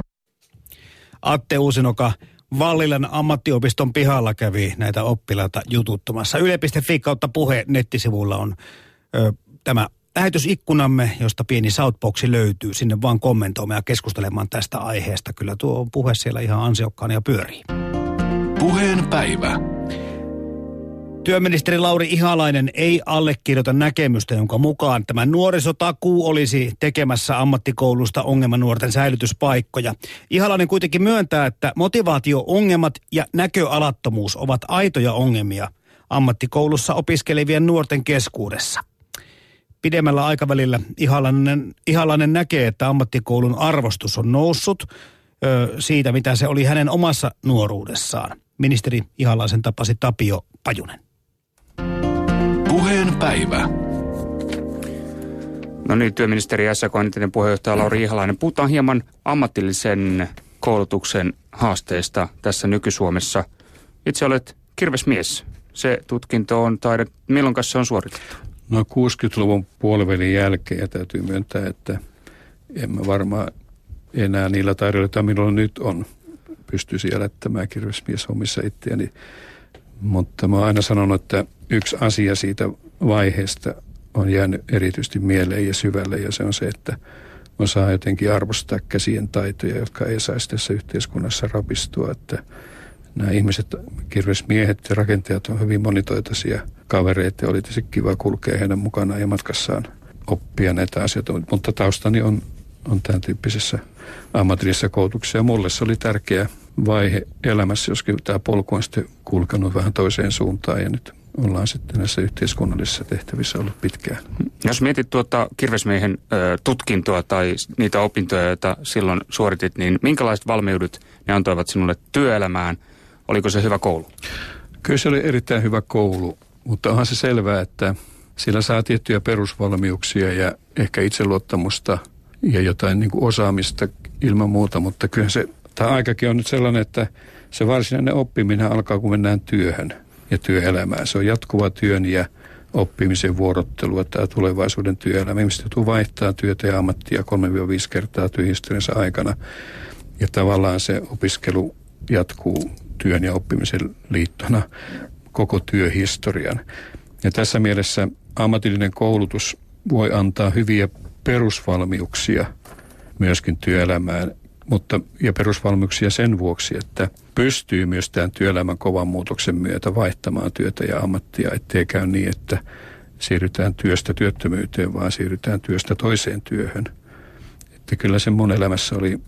Atte Uusinoka Vallilan ammattiopiston pihalla kävi näitä oppilaita jututtamassa. Yle.fi/puhe nettisivuilla on tämä lähetysikkunamme, josta pieni Southboxi löytyy. Sinne vaan kommentoimaan ja keskustelemaan tästä aiheesta. Kyllä tuo puhe siellä ihan ansiokkaan ja pyörii. Puheen päivä. Työministeri Lauri Ihalainen ei allekirjoita näkemystä, jonka mukaan tämä nuorisotakuu olisi tekemässä ammattikoulusta ongelmanuorten säilytyspaikkoja. Ihalainen kuitenkin myöntää, että motivaatio-ongelmat ja näköalattomuus ovat aitoja ongelmia ammattikoulussa opiskelevien nuorten keskuudessa. Pidemmällä aikavälillä Ihalainen näkee, että ammattikoulun arvostus on noussut siitä, mitä se oli hänen omassa nuoruudessaan. Ministeri Ihalaisen tapasi Tapio Pajunen. Puheen päivä. No niin, työministeri SAK-entinen puheenjohtaja Lauri Ihalainen. Puhutaan hieman ammatillisen koulutuksen haasteista tässä nyky-Suomessa. Itse olet kirvesmies. Se tutkinto on milloin se on suoritettu? No 60-luvun puolivälin jälkeen, ja täytyy myöntää, että emme varmaan enää niillä taidoilla, joita minulla nyt on, pystyisi elättämään kirvesmieshommissa itseäni. Mutta mä oon aina sanonut, että yksi asia siitä vaiheesta on jäänyt erityisesti mieleen ja syvälle, ja se on se, että osaa jotenkin arvostaa käsien taitoja, jotka ei saisi tässä yhteiskunnassa rapistua. Että nämä ihmiset, kirvesmiehet ja rakentajat on hyvin monitoitaisia kavereita, ja oli tietysti kiva kulkea heidän mukanaan ja matkassaan oppia näitä asioita, mutta taustani on tämän tyyppisessä ammatillisessa koulutuksessa, ja mulle se oli tärkeä vaihe elämässä, joskin tämä polku on sitten kulkenut vähän toiseen suuntaan, ja nyt ollaan sitten näissä yhteiskunnallisissa tehtävissä ollut pitkään. Jos mietit tuota kirvesmiehen tutkintoa tai niitä opintoja, joita silloin suoritit, niin minkälaiset valmiudet ne antoivat sinulle työelämään? Oliko se hyvä koulu? Kyllä se oli erittäin hyvä koulu, mutta onhan se selvää, että sillä saa tiettyjä perusvalmiuksia ja ehkä itseluottamusta ja jotain niin kuin osaamista ilman muuta, mutta kyllä tämä aikakin on nyt sellainen, että se varsinainen oppiminen alkaa, kun mennään työhön ja työelämään. Se on jatkuva työn ja oppimisen vuorottelua, tämä tulevaisuuden työelämä. Ihmiset joutuu vaihtaa työtä ja ammattia 3-5 kertaa työhistoriansa aikana, ja tavallaan se opiskelu jatkuu työn ja oppimisen liittona koko työhistorian. Ja tässä mielessä ammatillinen koulutus voi antaa hyviä perusvalmiuksia myöskin työelämään, ja perusvalmiuksia sen vuoksi, että pystyy myös tämän työelämän kovan muutoksen myötä vaihtamaan työtä ja ammattia, ettei käy niin, että siirrytään työstä työttömyyteen, vaan siirrytään työstä toiseen työhön. Että kyllä se mun elämässä oli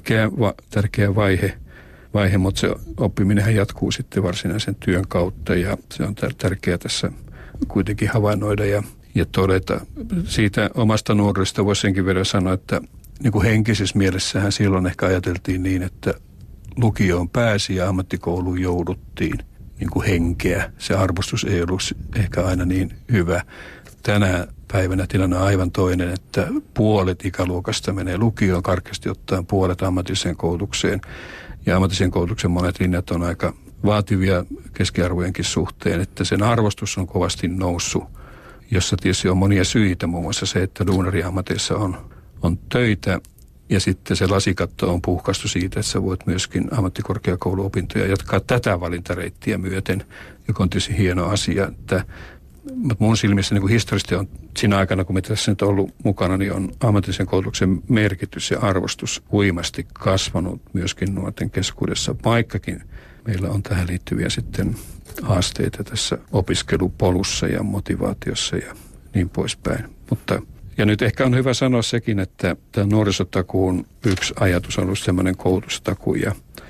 tärkeä vaihe, mutta se oppiminenhän jatkuu sitten varsinaisen työn kautta, ja se on tärkeää tässä kuitenkin havainnoida ja todeta. Siitä omasta nuoruudesta voisi senkin verran sanoa, että niin kuin henkisessä mielessähän silloin ehkä ajateltiin niin, että lukioon pääsi ja ammattikouluun jouduttiin niin kuin henkeä. Se arvostus ei ollut ehkä aina niin hyvä. Tänä päivänä tilanne on aivan toinen, että puolet ikäluokasta menee lukioon, karkeasti ottaen puolet ammatilliseen koulutukseen. Ja ammatillisen koulutuksen monet linjat on aika vaativia keskiarvojenkin suhteen, että sen arvostus on kovasti noussut, jossa tietysti on monia syitä, muun muassa se, että duunariammateissa on töitä, ja sitten se lasikatto on puhkaistu siitä, että sä voit myöskin ammattikorkeakouluopintoja jatkaa tätä valintareittiä myöten, joka on tietysti hieno asia. Mutta mun silmissä niin kuin historiallisesti on siinä aikana, kun me tässä nyt on ollut mukana, niin on ammatillisen koulutuksen merkitys ja arvostus huimasti kasvanut myöskin nuorten keskuudessa, vaikkakin meillä on tähän liittyviä sitten haasteita tässä opiskelupolussa ja motivaatiossa ja niin poispäin. Ja nyt ehkä on hyvä sanoa sekin, että tämä nuorisotakuun yksi ajatus on ollut semmoinen koulutustakuu, ja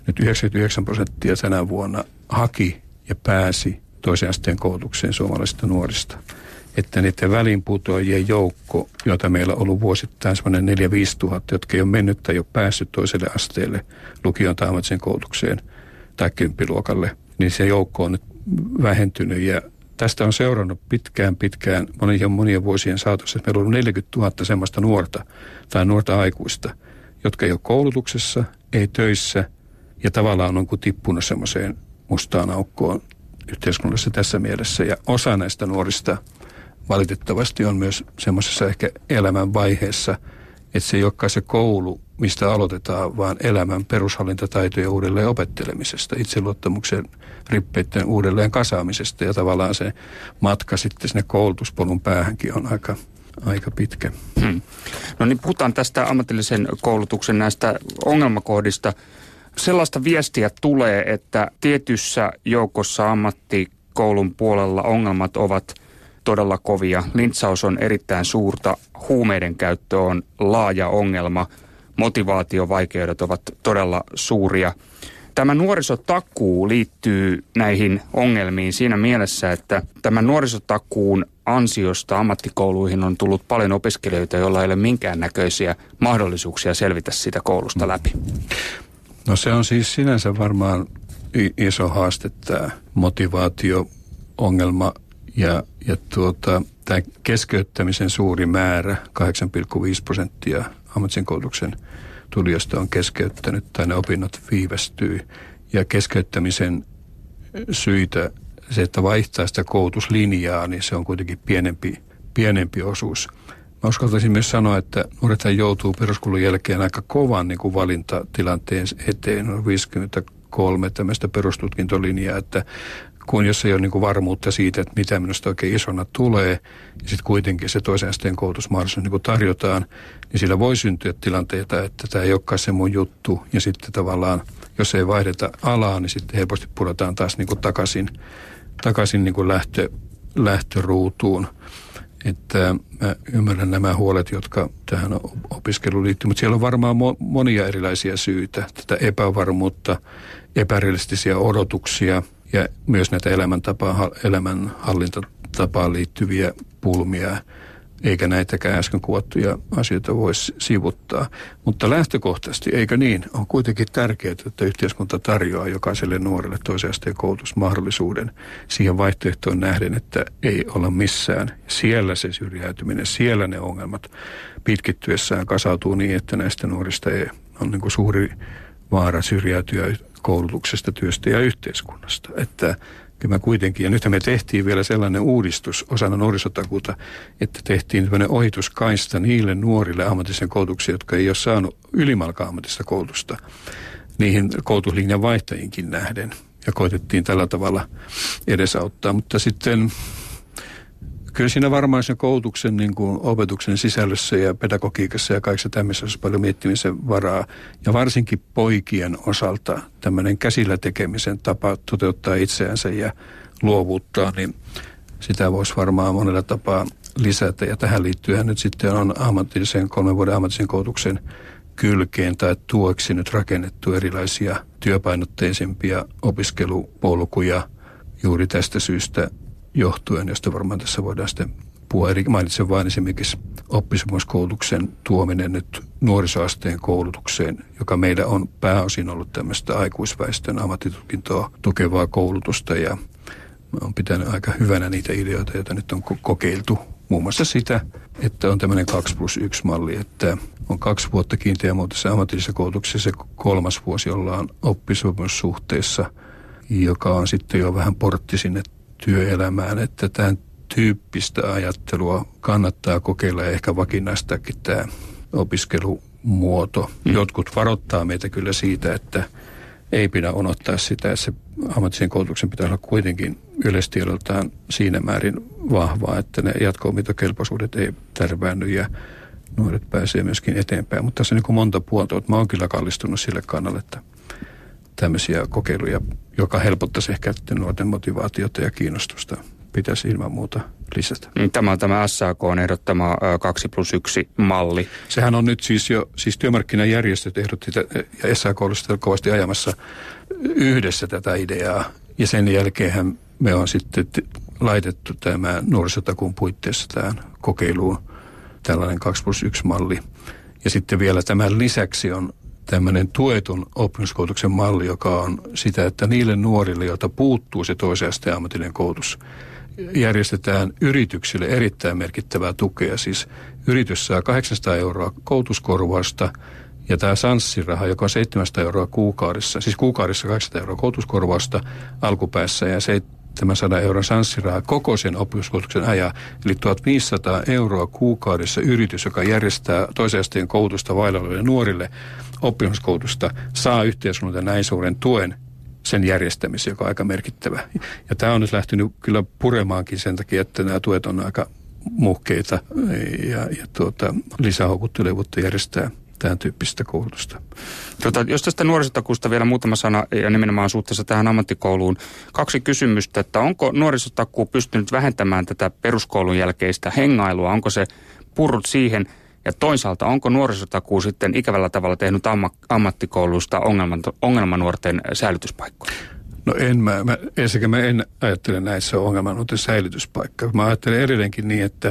nyt 99% tänä vuonna haki ja pääsi toisen asteen koulutukseen suomalaisista nuorista. Että niiden väliinputoajien joukko, jota meillä on ollut vuosittain semmoinen 4-5 tuhatta, jotka ei ole mennyt tai ei ole päässyt toiselle asteelle lukion tai ammatillisen koulutukseen tai 10-luokalle, niin se joukko on nyt vähentynyt ja tästä on seurannut pitkään monien vuosien saatossa, että meillä on ollut 40 000 semmoista nuorta tai nuorta aikuista, jotka ei ole koulutuksessa, ei töissä ja tavallaan on kuin tippunut semmoiseen mustaan aukkoon yhteiskunnassa tässä mielessä. Ja osa näistä nuorista valitettavasti on myös semmoisessa ehkä elämän vaiheessa, että se ei olekaan se koulu, mistä aloitetaan, vaan elämän perushallintataitojen uudelleen opettelemisesta, itseluottamuksen rippeiden uudelleen kasaamisesta ja tavallaan se matka sitten sinne koulutuspolun päähänkin on aika pitkä. No niin, puhutaan tästä ammatillisen koulutuksen näistä ongelmakohdista. Sellaista viestiä tulee, että tietyssä joukossa ammattikoulun puolella ongelmat ovat todella kovia. Lintsaus on erittäin suurta, huumeiden käyttö on laaja ongelma, motivaatiovaikeudet ovat todella suuria. Tämä nuorisotakuu liittyy näihin ongelmiin siinä mielessä, että tämän nuorisotakuun ansiosta ammattikouluihin on tullut paljon opiskelijoita, joilla ei ole minkäännäköisiä mahdollisuuksia selvitä siitä koulusta läpi. No se on siis sinänsä varmaan iso haaste tämä motivaatio-ongelma ja tämä keskeyttämisen suuri määrä, 8,5% ammatillisen koulutuksen tulijoista on keskeyttänyt tai ne opinnot viivästyy. Ja keskeyttämisen syitä, se että vaihtaa sitä koulutuslinjaa, niin se on kuitenkin pienempi osuus. Mä uskaltaisin myös sanoa, että nuorethan joutuu peruskoulun jälkeen aika kovan niin kuin valintatilanteen eteen. On 53 tämmöistä perustutkintolinjaa, että kun jos ei ole niin kuin varmuutta siitä, että mitä minusta oikein isona tulee, ja sitten kuitenkin se toisen asteen koulutusmahdollisuus niin kuin tarjotaan, niin sillä voi syntyä tilanteita, että tämä ei olekaan se mun juttu, ja sitten tavallaan, jos ei vaihdeta alaa, niin sitten helposti pudotaan taas niin kuin takaisin niin kuin lähtöruutuun. Että mä ymmärrän nämä huolet, jotka tähän opiskeluun liittyy, mutta siellä on varmaan monia erilaisia syitä. Tätä epävarmuutta, epärealistisia odotuksia ja myös näitä elämänhallintatapaan liittyviä pulmia, eikä näitäkään äsken kuvattuja asioita voisi sivuttaa. Mutta lähtökohtaisesti, eikö niin, on kuitenkin tärkeää, että yhteiskunta tarjoaa jokaiselle nuorelle toisen asteen koulutusmahdollisuuden siihen vaihtoehtoon nähden, että ei olla missään. Siellä se syrjäytyminen, siellä ne ongelmat pitkittyessään kasautuu niin, että näistä nuorista on niin kuin suuri vaara syrjäytyä koulutuksesta, työstä ja yhteiskunnasta. Että kyllä mä kuitenkin, ja nythän me tehtiin vielä sellainen uudistus osana nuorisotakuuta, että tehtiin tämmöinen ohituskaista niille nuorille ammatillisen koulutuksen, jotka ei ole saanut ylimalkaan ammatillista koulutusta, niihin koulutuslinjan vaihtajinkin nähden. Ja koitettiin tällä tavalla edesauttaa, mutta sitten kyllä siinä varmaan sen koulutuksen niin kuin opetuksen sisällössä ja pedagogiikassa ja kaikessa tämmöisessä olisi paljon miettimisen varaa. Ja varsinkin poikien osalta tämmöinen käsillä tekemisen tapa toteuttaa itseänsä ja luovuuttaa, niin sitä voisi varmaan monella tapaa lisätä. Ja tähän liittyen nyt sitten on 3 vuoden ammatillisen koulutuksen kylkeen tai tueksi nyt rakennettu erilaisia työpainotteisempia opiskelupolkuja juuri tästä syystä johtuen, josta varmaan tässä voidaan sitten puhua. Mainitsen vain esimerkiksi oppisopimuskoulutuksen tuominen nyt nuorisoasteen koulutukseen, joka meillä on pääosin ollut tämmöistä aikuisväestön ammattitutkintoa tukevaa koulutusta, ja on pitänyt aika hyvänä niitä ideoita, joita nyt on kokeiltu. Muun muassa sitä, että on tämmöinen 2+1-malli, että on 2 vuotta kiinteämuotoisessa ammatillisessa koulutuksessa, se 3. vuosi ollaan oppisopimussuhteessa, joka on sitten jo vähän portti sinne työelämään, että tämän tyyppistä ajattelua kannattaa kokeilla ja ehkä vakinaistaakin tämä opiskelumuoto. Jotkut varoittaa meitä kyllä siitä, että ei pidä unohtaa sitä, että se ammatillisen koulutuksen pitää olla kuitenkin yleistiedoltaan siinä määrin vahvaa, että ne jatko-opintokelpoisuudet ei tärväänny ja nuoret pääsee myöskin eteenpäin. Mutta tässä on niin kuin monta puolta, että mä oon kyllä kallistunut sille kannalle, että tämmöisiä kokeiluja, joka helpottaisi ehkä nuorten motivaatiota ja kiinnostusta, pitäisi ilman muuta lisätä. Tämä on tämä SAK:n ehdottama 2+1-malli. Sehän on nyt siis työmarkkinajärjestöt ehdotti ja SAK oli sitä kovasti ajamassa yhdessä tätä ideaa. Ja sen jälkeenhän me on sitten laitettu tämä nuorisotakuun puitteissa tähän kokeiluun tällainen 2+1-malli. Ja sitten vielä tämän lisäksi on tämmöinen tuetun oppimiskoulutuksen malli, joka on sitä, että niille nuorille, joilta puuttuu se toisen asteen ammatillinen koulutus, järjestetään yrityksille erittäin merkittävää tukea. Siis yritys saa 800 euroa koulutuskorvausta ja tämä Sanssi-raha, joka on 700 euroa kuukaudessa, siis kuukaudessa 800 euroa koulutuskorvausta alkupäässä ja 700 euron Sanssi-raha koko sen oppimiskoulutuksen ajan. Eli 1500 euroa kuukaudessa yritys, joka järjestää toisen asteen koulutusta vailla oleville nuorille oppimiskoulutusta, saa yhteiskunnalta näin suuren tuen sen järjestämiseen, joka on aika merkittävä. Ja tämä on nyt lähtenyt kyllä puremaankin sen takia, että nämä tuet on aika muhkeita ja lisähoukuttelevuutta järjestää tämän tyyppistä koulutusta. Jos tästä nuorisotakuusta vielä muutama sana ja nimenomaan suhteessa tähän ammattikouluun. 2 kysymystä, että onko nuorisotakuu pystynyt vähentämään tätä peruskoulun jälkeistä hengailua? Onko se purrut siihen? Ja toisaalta, onko nuorisotakuu sitten ikävällä tavalla tehnyt ammattikoulusta ongelmanuorten säilytyspaikkoja? No mä en ajattele näissä ongelmanuorten säilytyspaikkaa. Mä ajattelen edelleenkin niin, että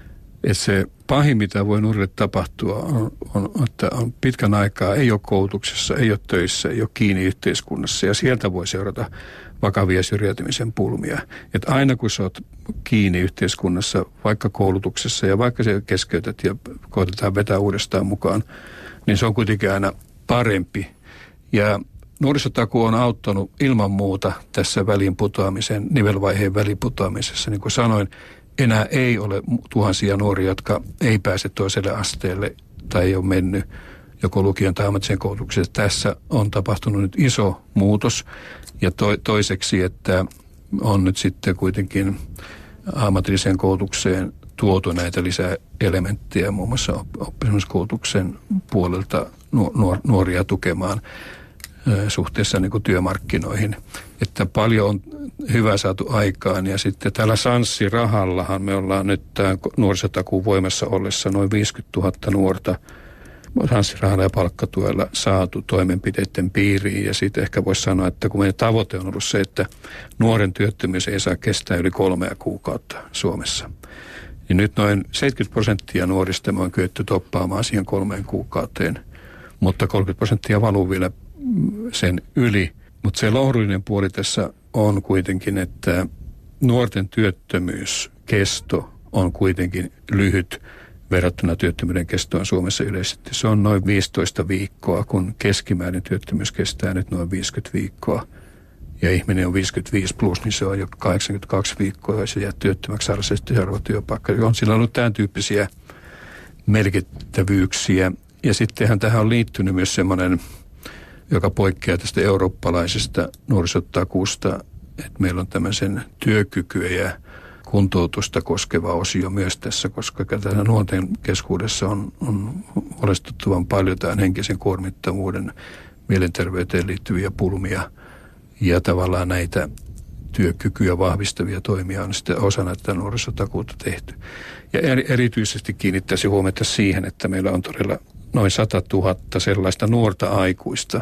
se pahin, mitä voi nuorille tapahtua, on, että on pitkän aikaa, ei ole koulutuksessa, ei ole töissä, ei ole kiinni yhteiskunnassa ja sieltä voi seurata vakavia syrjäytymisen pulmia. Että aina kun sä oot kiinni yhteiskunnassa, vaikka koulutuksessa ja vaikka se keskeytät ja koetetaan vetää uudestaan mukaan, niin se on kuitenkin aina parempi. Ja nuorisotakuu on auttanut ilman muuta tässä nivelvaiheen väliinputoamisessa. Niin kuin sanoin, enää ei ole tuhansia nuoria, jotka ei pääse toiselle asteelle tai ei ole mennyt joko lukion tai ammatillisen koulutuksen. Tässä on tapahtunut nyt iso muutos ja toiseksi, että on nyt sitten kuitenkin ammatilliseen koulutukseen tuotu näitä lisäelementtejä muun muassa oppimiskoulutuksen puolelta nuoria tukemaan suhteessa niin kuin työmarkkinoihin. Että paljon on hyvää saatu aikaan ja sitten tällä Sanssi-rahallahan me ollaan nyt tämän nuorisotakuun voimassa ollessa noin 50 000 nuorta Sanssi-rahalla ja palkkatuella saatu toimenpiteiden piiriin ja siitä ehkä voisi sanoa, että kun meidän tavoite on ollut se, että nuoren työttömyys ei saa kestää yli 3 kuukautta Suomessa. Niin nyt noin 70% nuorista me on kyetty toppaamaan siihen 3 kuukauteen, mutta 30% valuu vielä sen yli. Mutta se lohdullinen puoli tässä on kuitenkin, että nuorten työttömyyskesto on kuitenkin lyhyt verrattuna työttömyyden kestoon Suomessa yleisesti. Se on noin 15 viikkoa, kun keskimäärin työttömyys kestää nyt noin 50 viikkoa. Ja ihminen on 55 plus, niin se on jo 82 viikkoa, ja se jää työttömäksi saada se sitten seuraava työpaikka. On sillä ollut tämän tyyppisiä merkittävyyksiä. Ja sittenhän tähän on liittynyt myös semmoinen, joka poikkeaa tästä eurooppalaisesta nuorisotakuusta, että meillä on tämmöisen työkykyä ja kuntoutusta koskeva osio myös tässä, koska tässä nuorten keskuudessa on huolestuttavan paljon tämän henkisen kuormittavuuden mielenterveyteen liittyviä pulmia ja tavallaan näitä työkykyä vahvistavia toimia on sitten osana tätä nuorisotakuuta tehty. Ja erityisesti kiinnittäisi huomiota siihen, että meillä on todella noin 100 000 sellaista nuorta aikuista,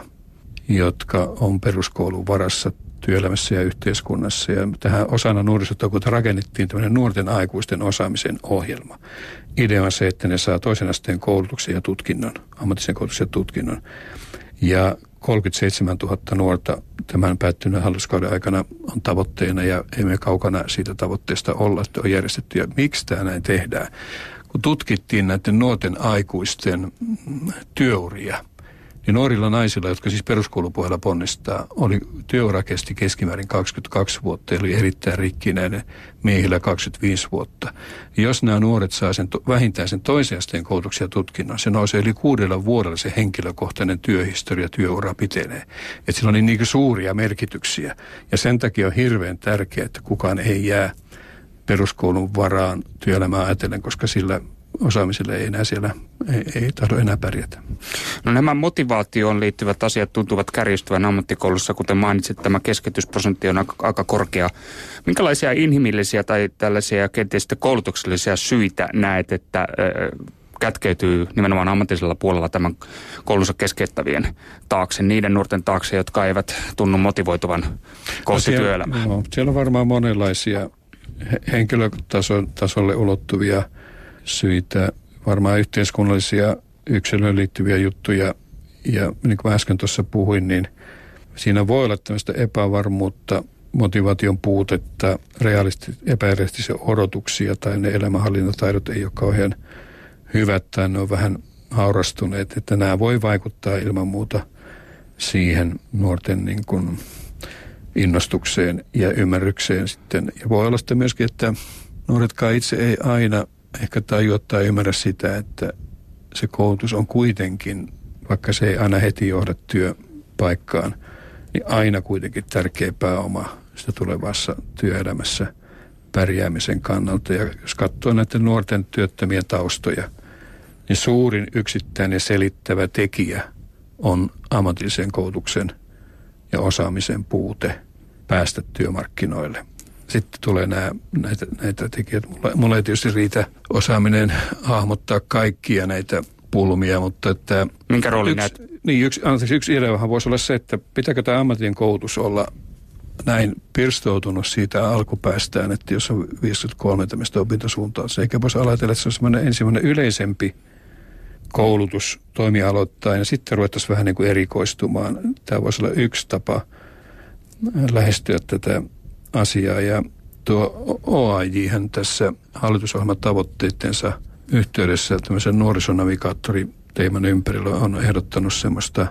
jotka on peruskoulun varassa työelämässä ja yhteiskunnassa. Ja tähän osana nuorisotakuuta rakennettiin tämmöinen nuorten aikuisten osaamisen ohjelma. Idea on se, että ne saa toisen asteen koulutuksen ja tutkinnon, ammatillisen koulutuksen ja tutkinnon. Ja 37 000 nuorta tämän päättyneen hallituskauden aikana on tavoitteena ja emme kaukana siitä tavoitteesta olla, että on järjestetty. Ja miksi tämä näin tehdään? Kun tutkittiin näiden nuorten aikuisten työuria, niin nuorilla naisilla, jotka siis peruskoulupuolella ponnistaa, työura kesti keskimäärin 22 vuotta, eli erittäin rikkinäinen miehillä 25 vuotta. Ja jos nämä nuoret saa vähintään sen toisen asteen koulutuksen ja tutkinnon, se nousee yli 6 vuodella se henkilökohtainen työhistoria, työura pitenee. Että sillä on niin suuria merkityksiä. Ja sen takia on hirveän tärkeää, että kukaan ei jää peruskoulun varaan työelämää ajatellen, koska sillä osaamiselle ei enää siellä, ei tahdo enää pärjätä. No nämä motivaatioon liittyvät asiat tuntuvat kärjistyvän ammattikoulussa, kuten mainitsit, tämä keskeytysprosentti on aika korkea. Minkälaisia inhimillisiä tai tällaisia kenties koulutuksellisia syitä näet, että kätkeytyy nimenomaan ammatillisella puolella tämän koulunsa keskeyttävien taakse, niiden nuorten taakse, jotka eivät tunnu motivoituvan kohti työelämää? No, siellä on varmaan monenlaisia henkilötasolle ulottuvia syitä, varmaan yhteiskunnallisia yksilöön liittyviä juttuja. Ja niin kuin äsken tuossa puhuin, niin siinä voi olla tämmöistä epävarmuutta, motivaation puutetta, epärealistisia odotuksia tai ne elämänhallintataidot ei ole kauhean hyvät tai ne on vähän haurastuneet, että nämä voi vaikuttaa ilman muuta siihen nuorten niin kuin innostukseen ja ymmärrykseen sitten. Ja voi olla sitten myöskin, että nuoretkaan itse ei aina ehkä tajua tai ymmärrä sitä, että se koulutus on kuitenkin, vaikka se ei aina heti johda työpaikkaan, niin aina kuitenkin tärkeä pääoma sitä tulevassa työelämässä pärjäämisen kannalta. Ja jos katsoo näiden nuorten työttömien taustoja, niin suurin yksittäinen selittävä tekijä on ammatillisen koulutuksen ja osaamisen puute päästä työmarkkinoille. Sitten tulee näitä tekijöitä. Mulla ei tietysti riitä osaaminen hahmottaa kaikkia näitä pulmia, mutta että... Minkä roolin näet? Niin, yksi ideahan voisi olla se, että pitääkö tämä ammatillinen koulutus olla näin pirstoutunut siitä alkupäästään, että jos on 53 tämmöistä opintosuuntaa, se eikä voisi ajatella, että se on semmoinen yleisempi koulutus toimialoittain ja sitten ruvettaisiin vähän niin kuin erikoistumaan. Tämä voisi olla yksi tapa lähestyä tätä asiaa ja tuo OAJ:hän tässä hallitusohjelman tavoitteittensa yhteydessä tämmöisen nuorisonavigaattori-teeman ympärillä on ehdottanut semmoista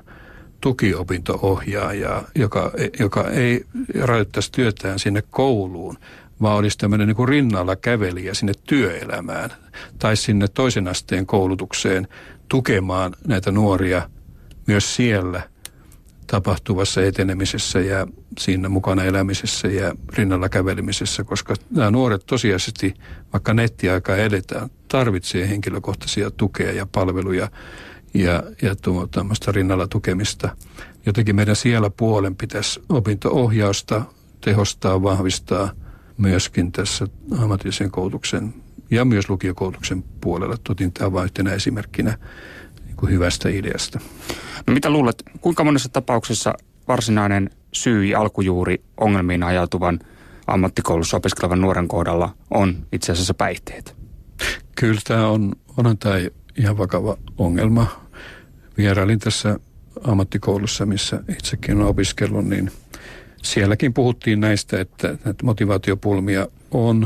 tukiopinto-ohjaajaa, joka ei rajoittaisi työtään sinne kouluun, vaan olisi tämmöinen niin kuin rinnalla kävelijä sinne työelämään tai sinne toisen asteen koulutukseen tukemaan näitä nuoria myös siellä tapahtuvassa etenemisessä ja siinä mukana elämisessä ja rinnalla kävelemisessä, koska nämä nuoret tosiasiallisesti, vaikka nettiaikaa edetään, tarvitsee henkilökohtaisia tukea ja palveluja ja tämmöistä rinnalla tukemista. Jotenkin meidän siellä puolen pitäisi opinto-ohjausta tehostaa, vahvistaa myöskin tässä ammatillisen koulutuksen ja myös lukiokoulutuksen puolella. Totin tämä vain yhtenä esimerkkinä niin kuin hyvästä ideasta. No mitä luulet, kuinka monessa tapauksessa varsinainen syy ja alkujuuri ongelmiin ajautuvan ammattikoulussa opiskelevan nuoren kohdalla on itse asiassa päihteet? Kyllä tämä onhan tämä ihan vakava ongelma. Vierailin tässä ammattikoulussa, missä itsekin olen opiskellut, niin sielläkin puhuttiin näistä, että näitä motivaatiopulmia on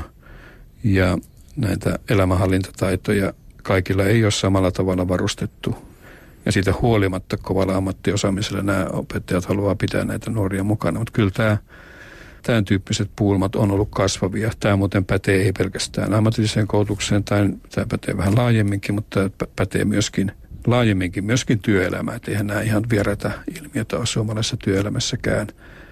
ja näitä elämänhallintataitoja kaikilla ei ole samalla tavalla varustettu. Ja siitä huolimatta kovalla ammattiosaamisella nämä opettajat haluaa pitää näitä nuoria mukana. Mutta kyllä tämän tyyppiset pulmat on ollut kasvavia. Tämä muuten pätee ei pelkästään ammatilliseen koulutukseen, tai tämä pätee vähän laajemminkin, mutta pätee myöskin laajemminkin myöskin työelämään. Että eihän nämä ihan vieraita ilmiötä ole suomalaisessa työelämässäkään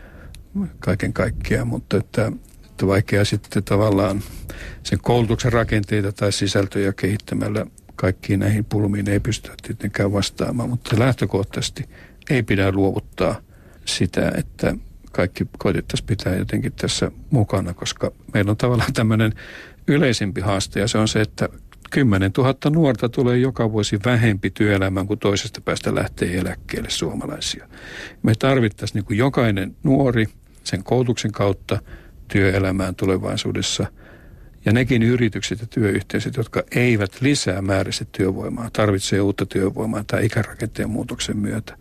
kaiken kaikkiaan, mutta että vaikea sitten tavallaan sen koulutuksen rakenteita tai sisältöjä kehittämällä kaikkiin näihin pulmiin ei pystytä tietenkään vastaamaan, mutta lähtökohtaisesti ei pidä luovuttaa sitä, että kaikki koitettaisiin pitää jotenkin tässä mukana, koska meillä on tavallaan tämmöinen yleisempi haaste ja se on se, että 10 000 nuorta tulee joka vuosi vähempi työelämään, kun toisesta päästä lähtee eläkkeelle suomalaisia. Me tarvittaisiin niin kuin jokainen nuori sen koulutuksen kautta työelämään tulevaisuudessa. Ja nekin yritykset ja työyhteisöt, jotka eivät lisää määräisesti työvoimaa, tarvitsee uutta työvoimaa tai ikärakenteen muutoksen myötä.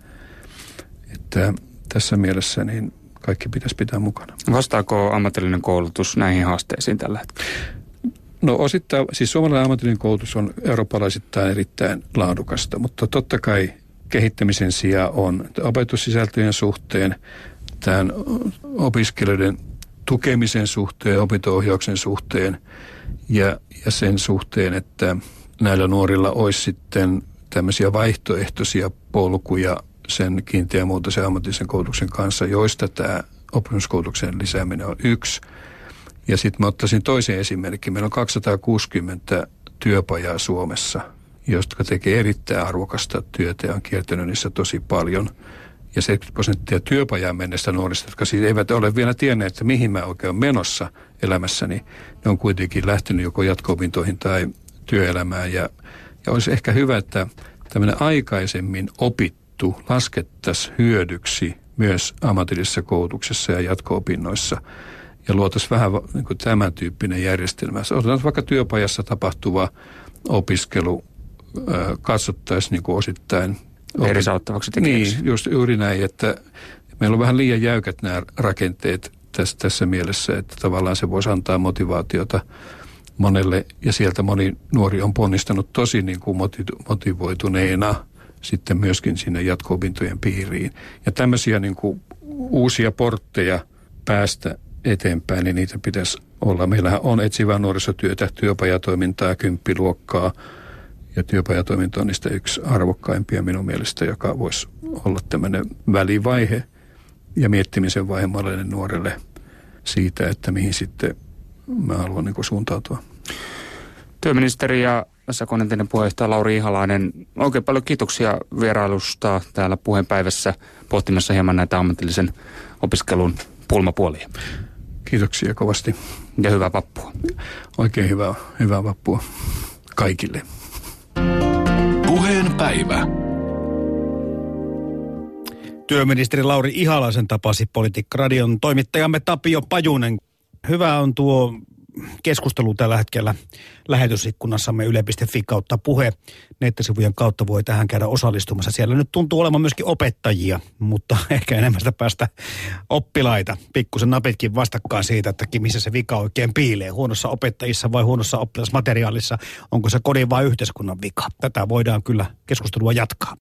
Että tässä mielessä niin kaikki pitäisi pitää mukana. Vastaako ammatillinen koulutus näihin haasteisiin tällä hetkellä? No osittain, siis suomalainen ammatillinen koulutus on eurooppalaisittain erittäin laadukasta, mutta totta kai kehittämisen sijaan on opetussisältöjen suhteen, tämän opiskelijoiden tukemisen suhteen, opinto-ohjauksen suhteen ja sen suhteen, että näillä nuorilla olisi sitten tämmöisiä vaihtoehtoisia polkuja sen kiinteämuotoisen ammatillisen koulutuksen kanssa, joista tämä oppimuskoulutuksen lisääminen on yksi. Ja sitten mä ottaisin toisen esimerkin. Meillä on 260 työpajaa Suomessa, jotka tekee erittäin arvokasta työtä ja on kiertänyt niissä tosi paljon. Ja 70% työpajaan mennessä nuorista, jotka siis eivät ole vielä tienneet, että mihin mä oikein olen menossa elämässäni, ne on kuitenkin lähtenyt joko jatko-opintoihin tai työelämään. Ja olisi ehkä hyvä, että tämmöinen aikaisemmin opittu laskettaisiin hyödyksi myös ammatillisessa koulutuksessa ja jatko-opinnoissa. Ja luotaisiin vähän niin kuin tämän tyyppinen järjestelmä. Otetaan vaikka työpajassa tapahtuva opiskelu, katsottaisiin niin kuin osittain erisauttavaksi tekijäksi. Niin, juuri näin, että meillä on vähän liian jäykät nämä rakenteet tässä mielessä, että tavallaan se voisi antaa motivaatiota monelle, ja sieltä moni nuori on ponnistanut tosi niin kuin motivoituneena sitten myöskin sinne jatko-opintojen piiriin. Ja tämmöisiä niin kuin uusia portteja päästä eteenpäin, niin niitä pitäisi olla. Meillähän on etsivää nuorisotyötä, työpajatoimintaa, 10-luokkaa, ja työpajatoiminta on niistä yksi arvokkaimpia minun mielestä, joka voisi olla tämmöinen välivaihe ja miettimisen vaihe monelle nuorelle siitä, että mihin sitten mä haluan niin kuin suuntautua. Työministeri ja SAK:n entinen puheenjohtaja Lauri Ihalainen, oikein paljon kiitoksia vierailusta täällä puheenpäivässä pohtimassa hieman näitä ammatillisen opiskelun pulmapuolia. Kiitoksia kovasti. Ja hyvää vappua. Oikein hyvää vappua kaikille. Puheen päivä. Työministeri Lauri Ihalaisen tapasi Politiikka-radion toimittajamme Tapio Pajunen. Hyvä on tuo keskustelu tällä hetkellä lähetysikkunassamme yle.fi/puhe. Nettisivujen kautta voi tähän käydä osallistumassa. Siellä nyt tuntuu olevan myöskin opettajia, mutta ehkä enemmän sitä päästä oppilaita. Pikkusen napitkin vastakkain siitä, että missä se vika oikein piilee. Huonossa opettajissa vai huonossa oppilasmateriaalissa. Onko se kodin vai yhteiskunnan vika? Tätä voidaan kyllä keskustelua jatkaa.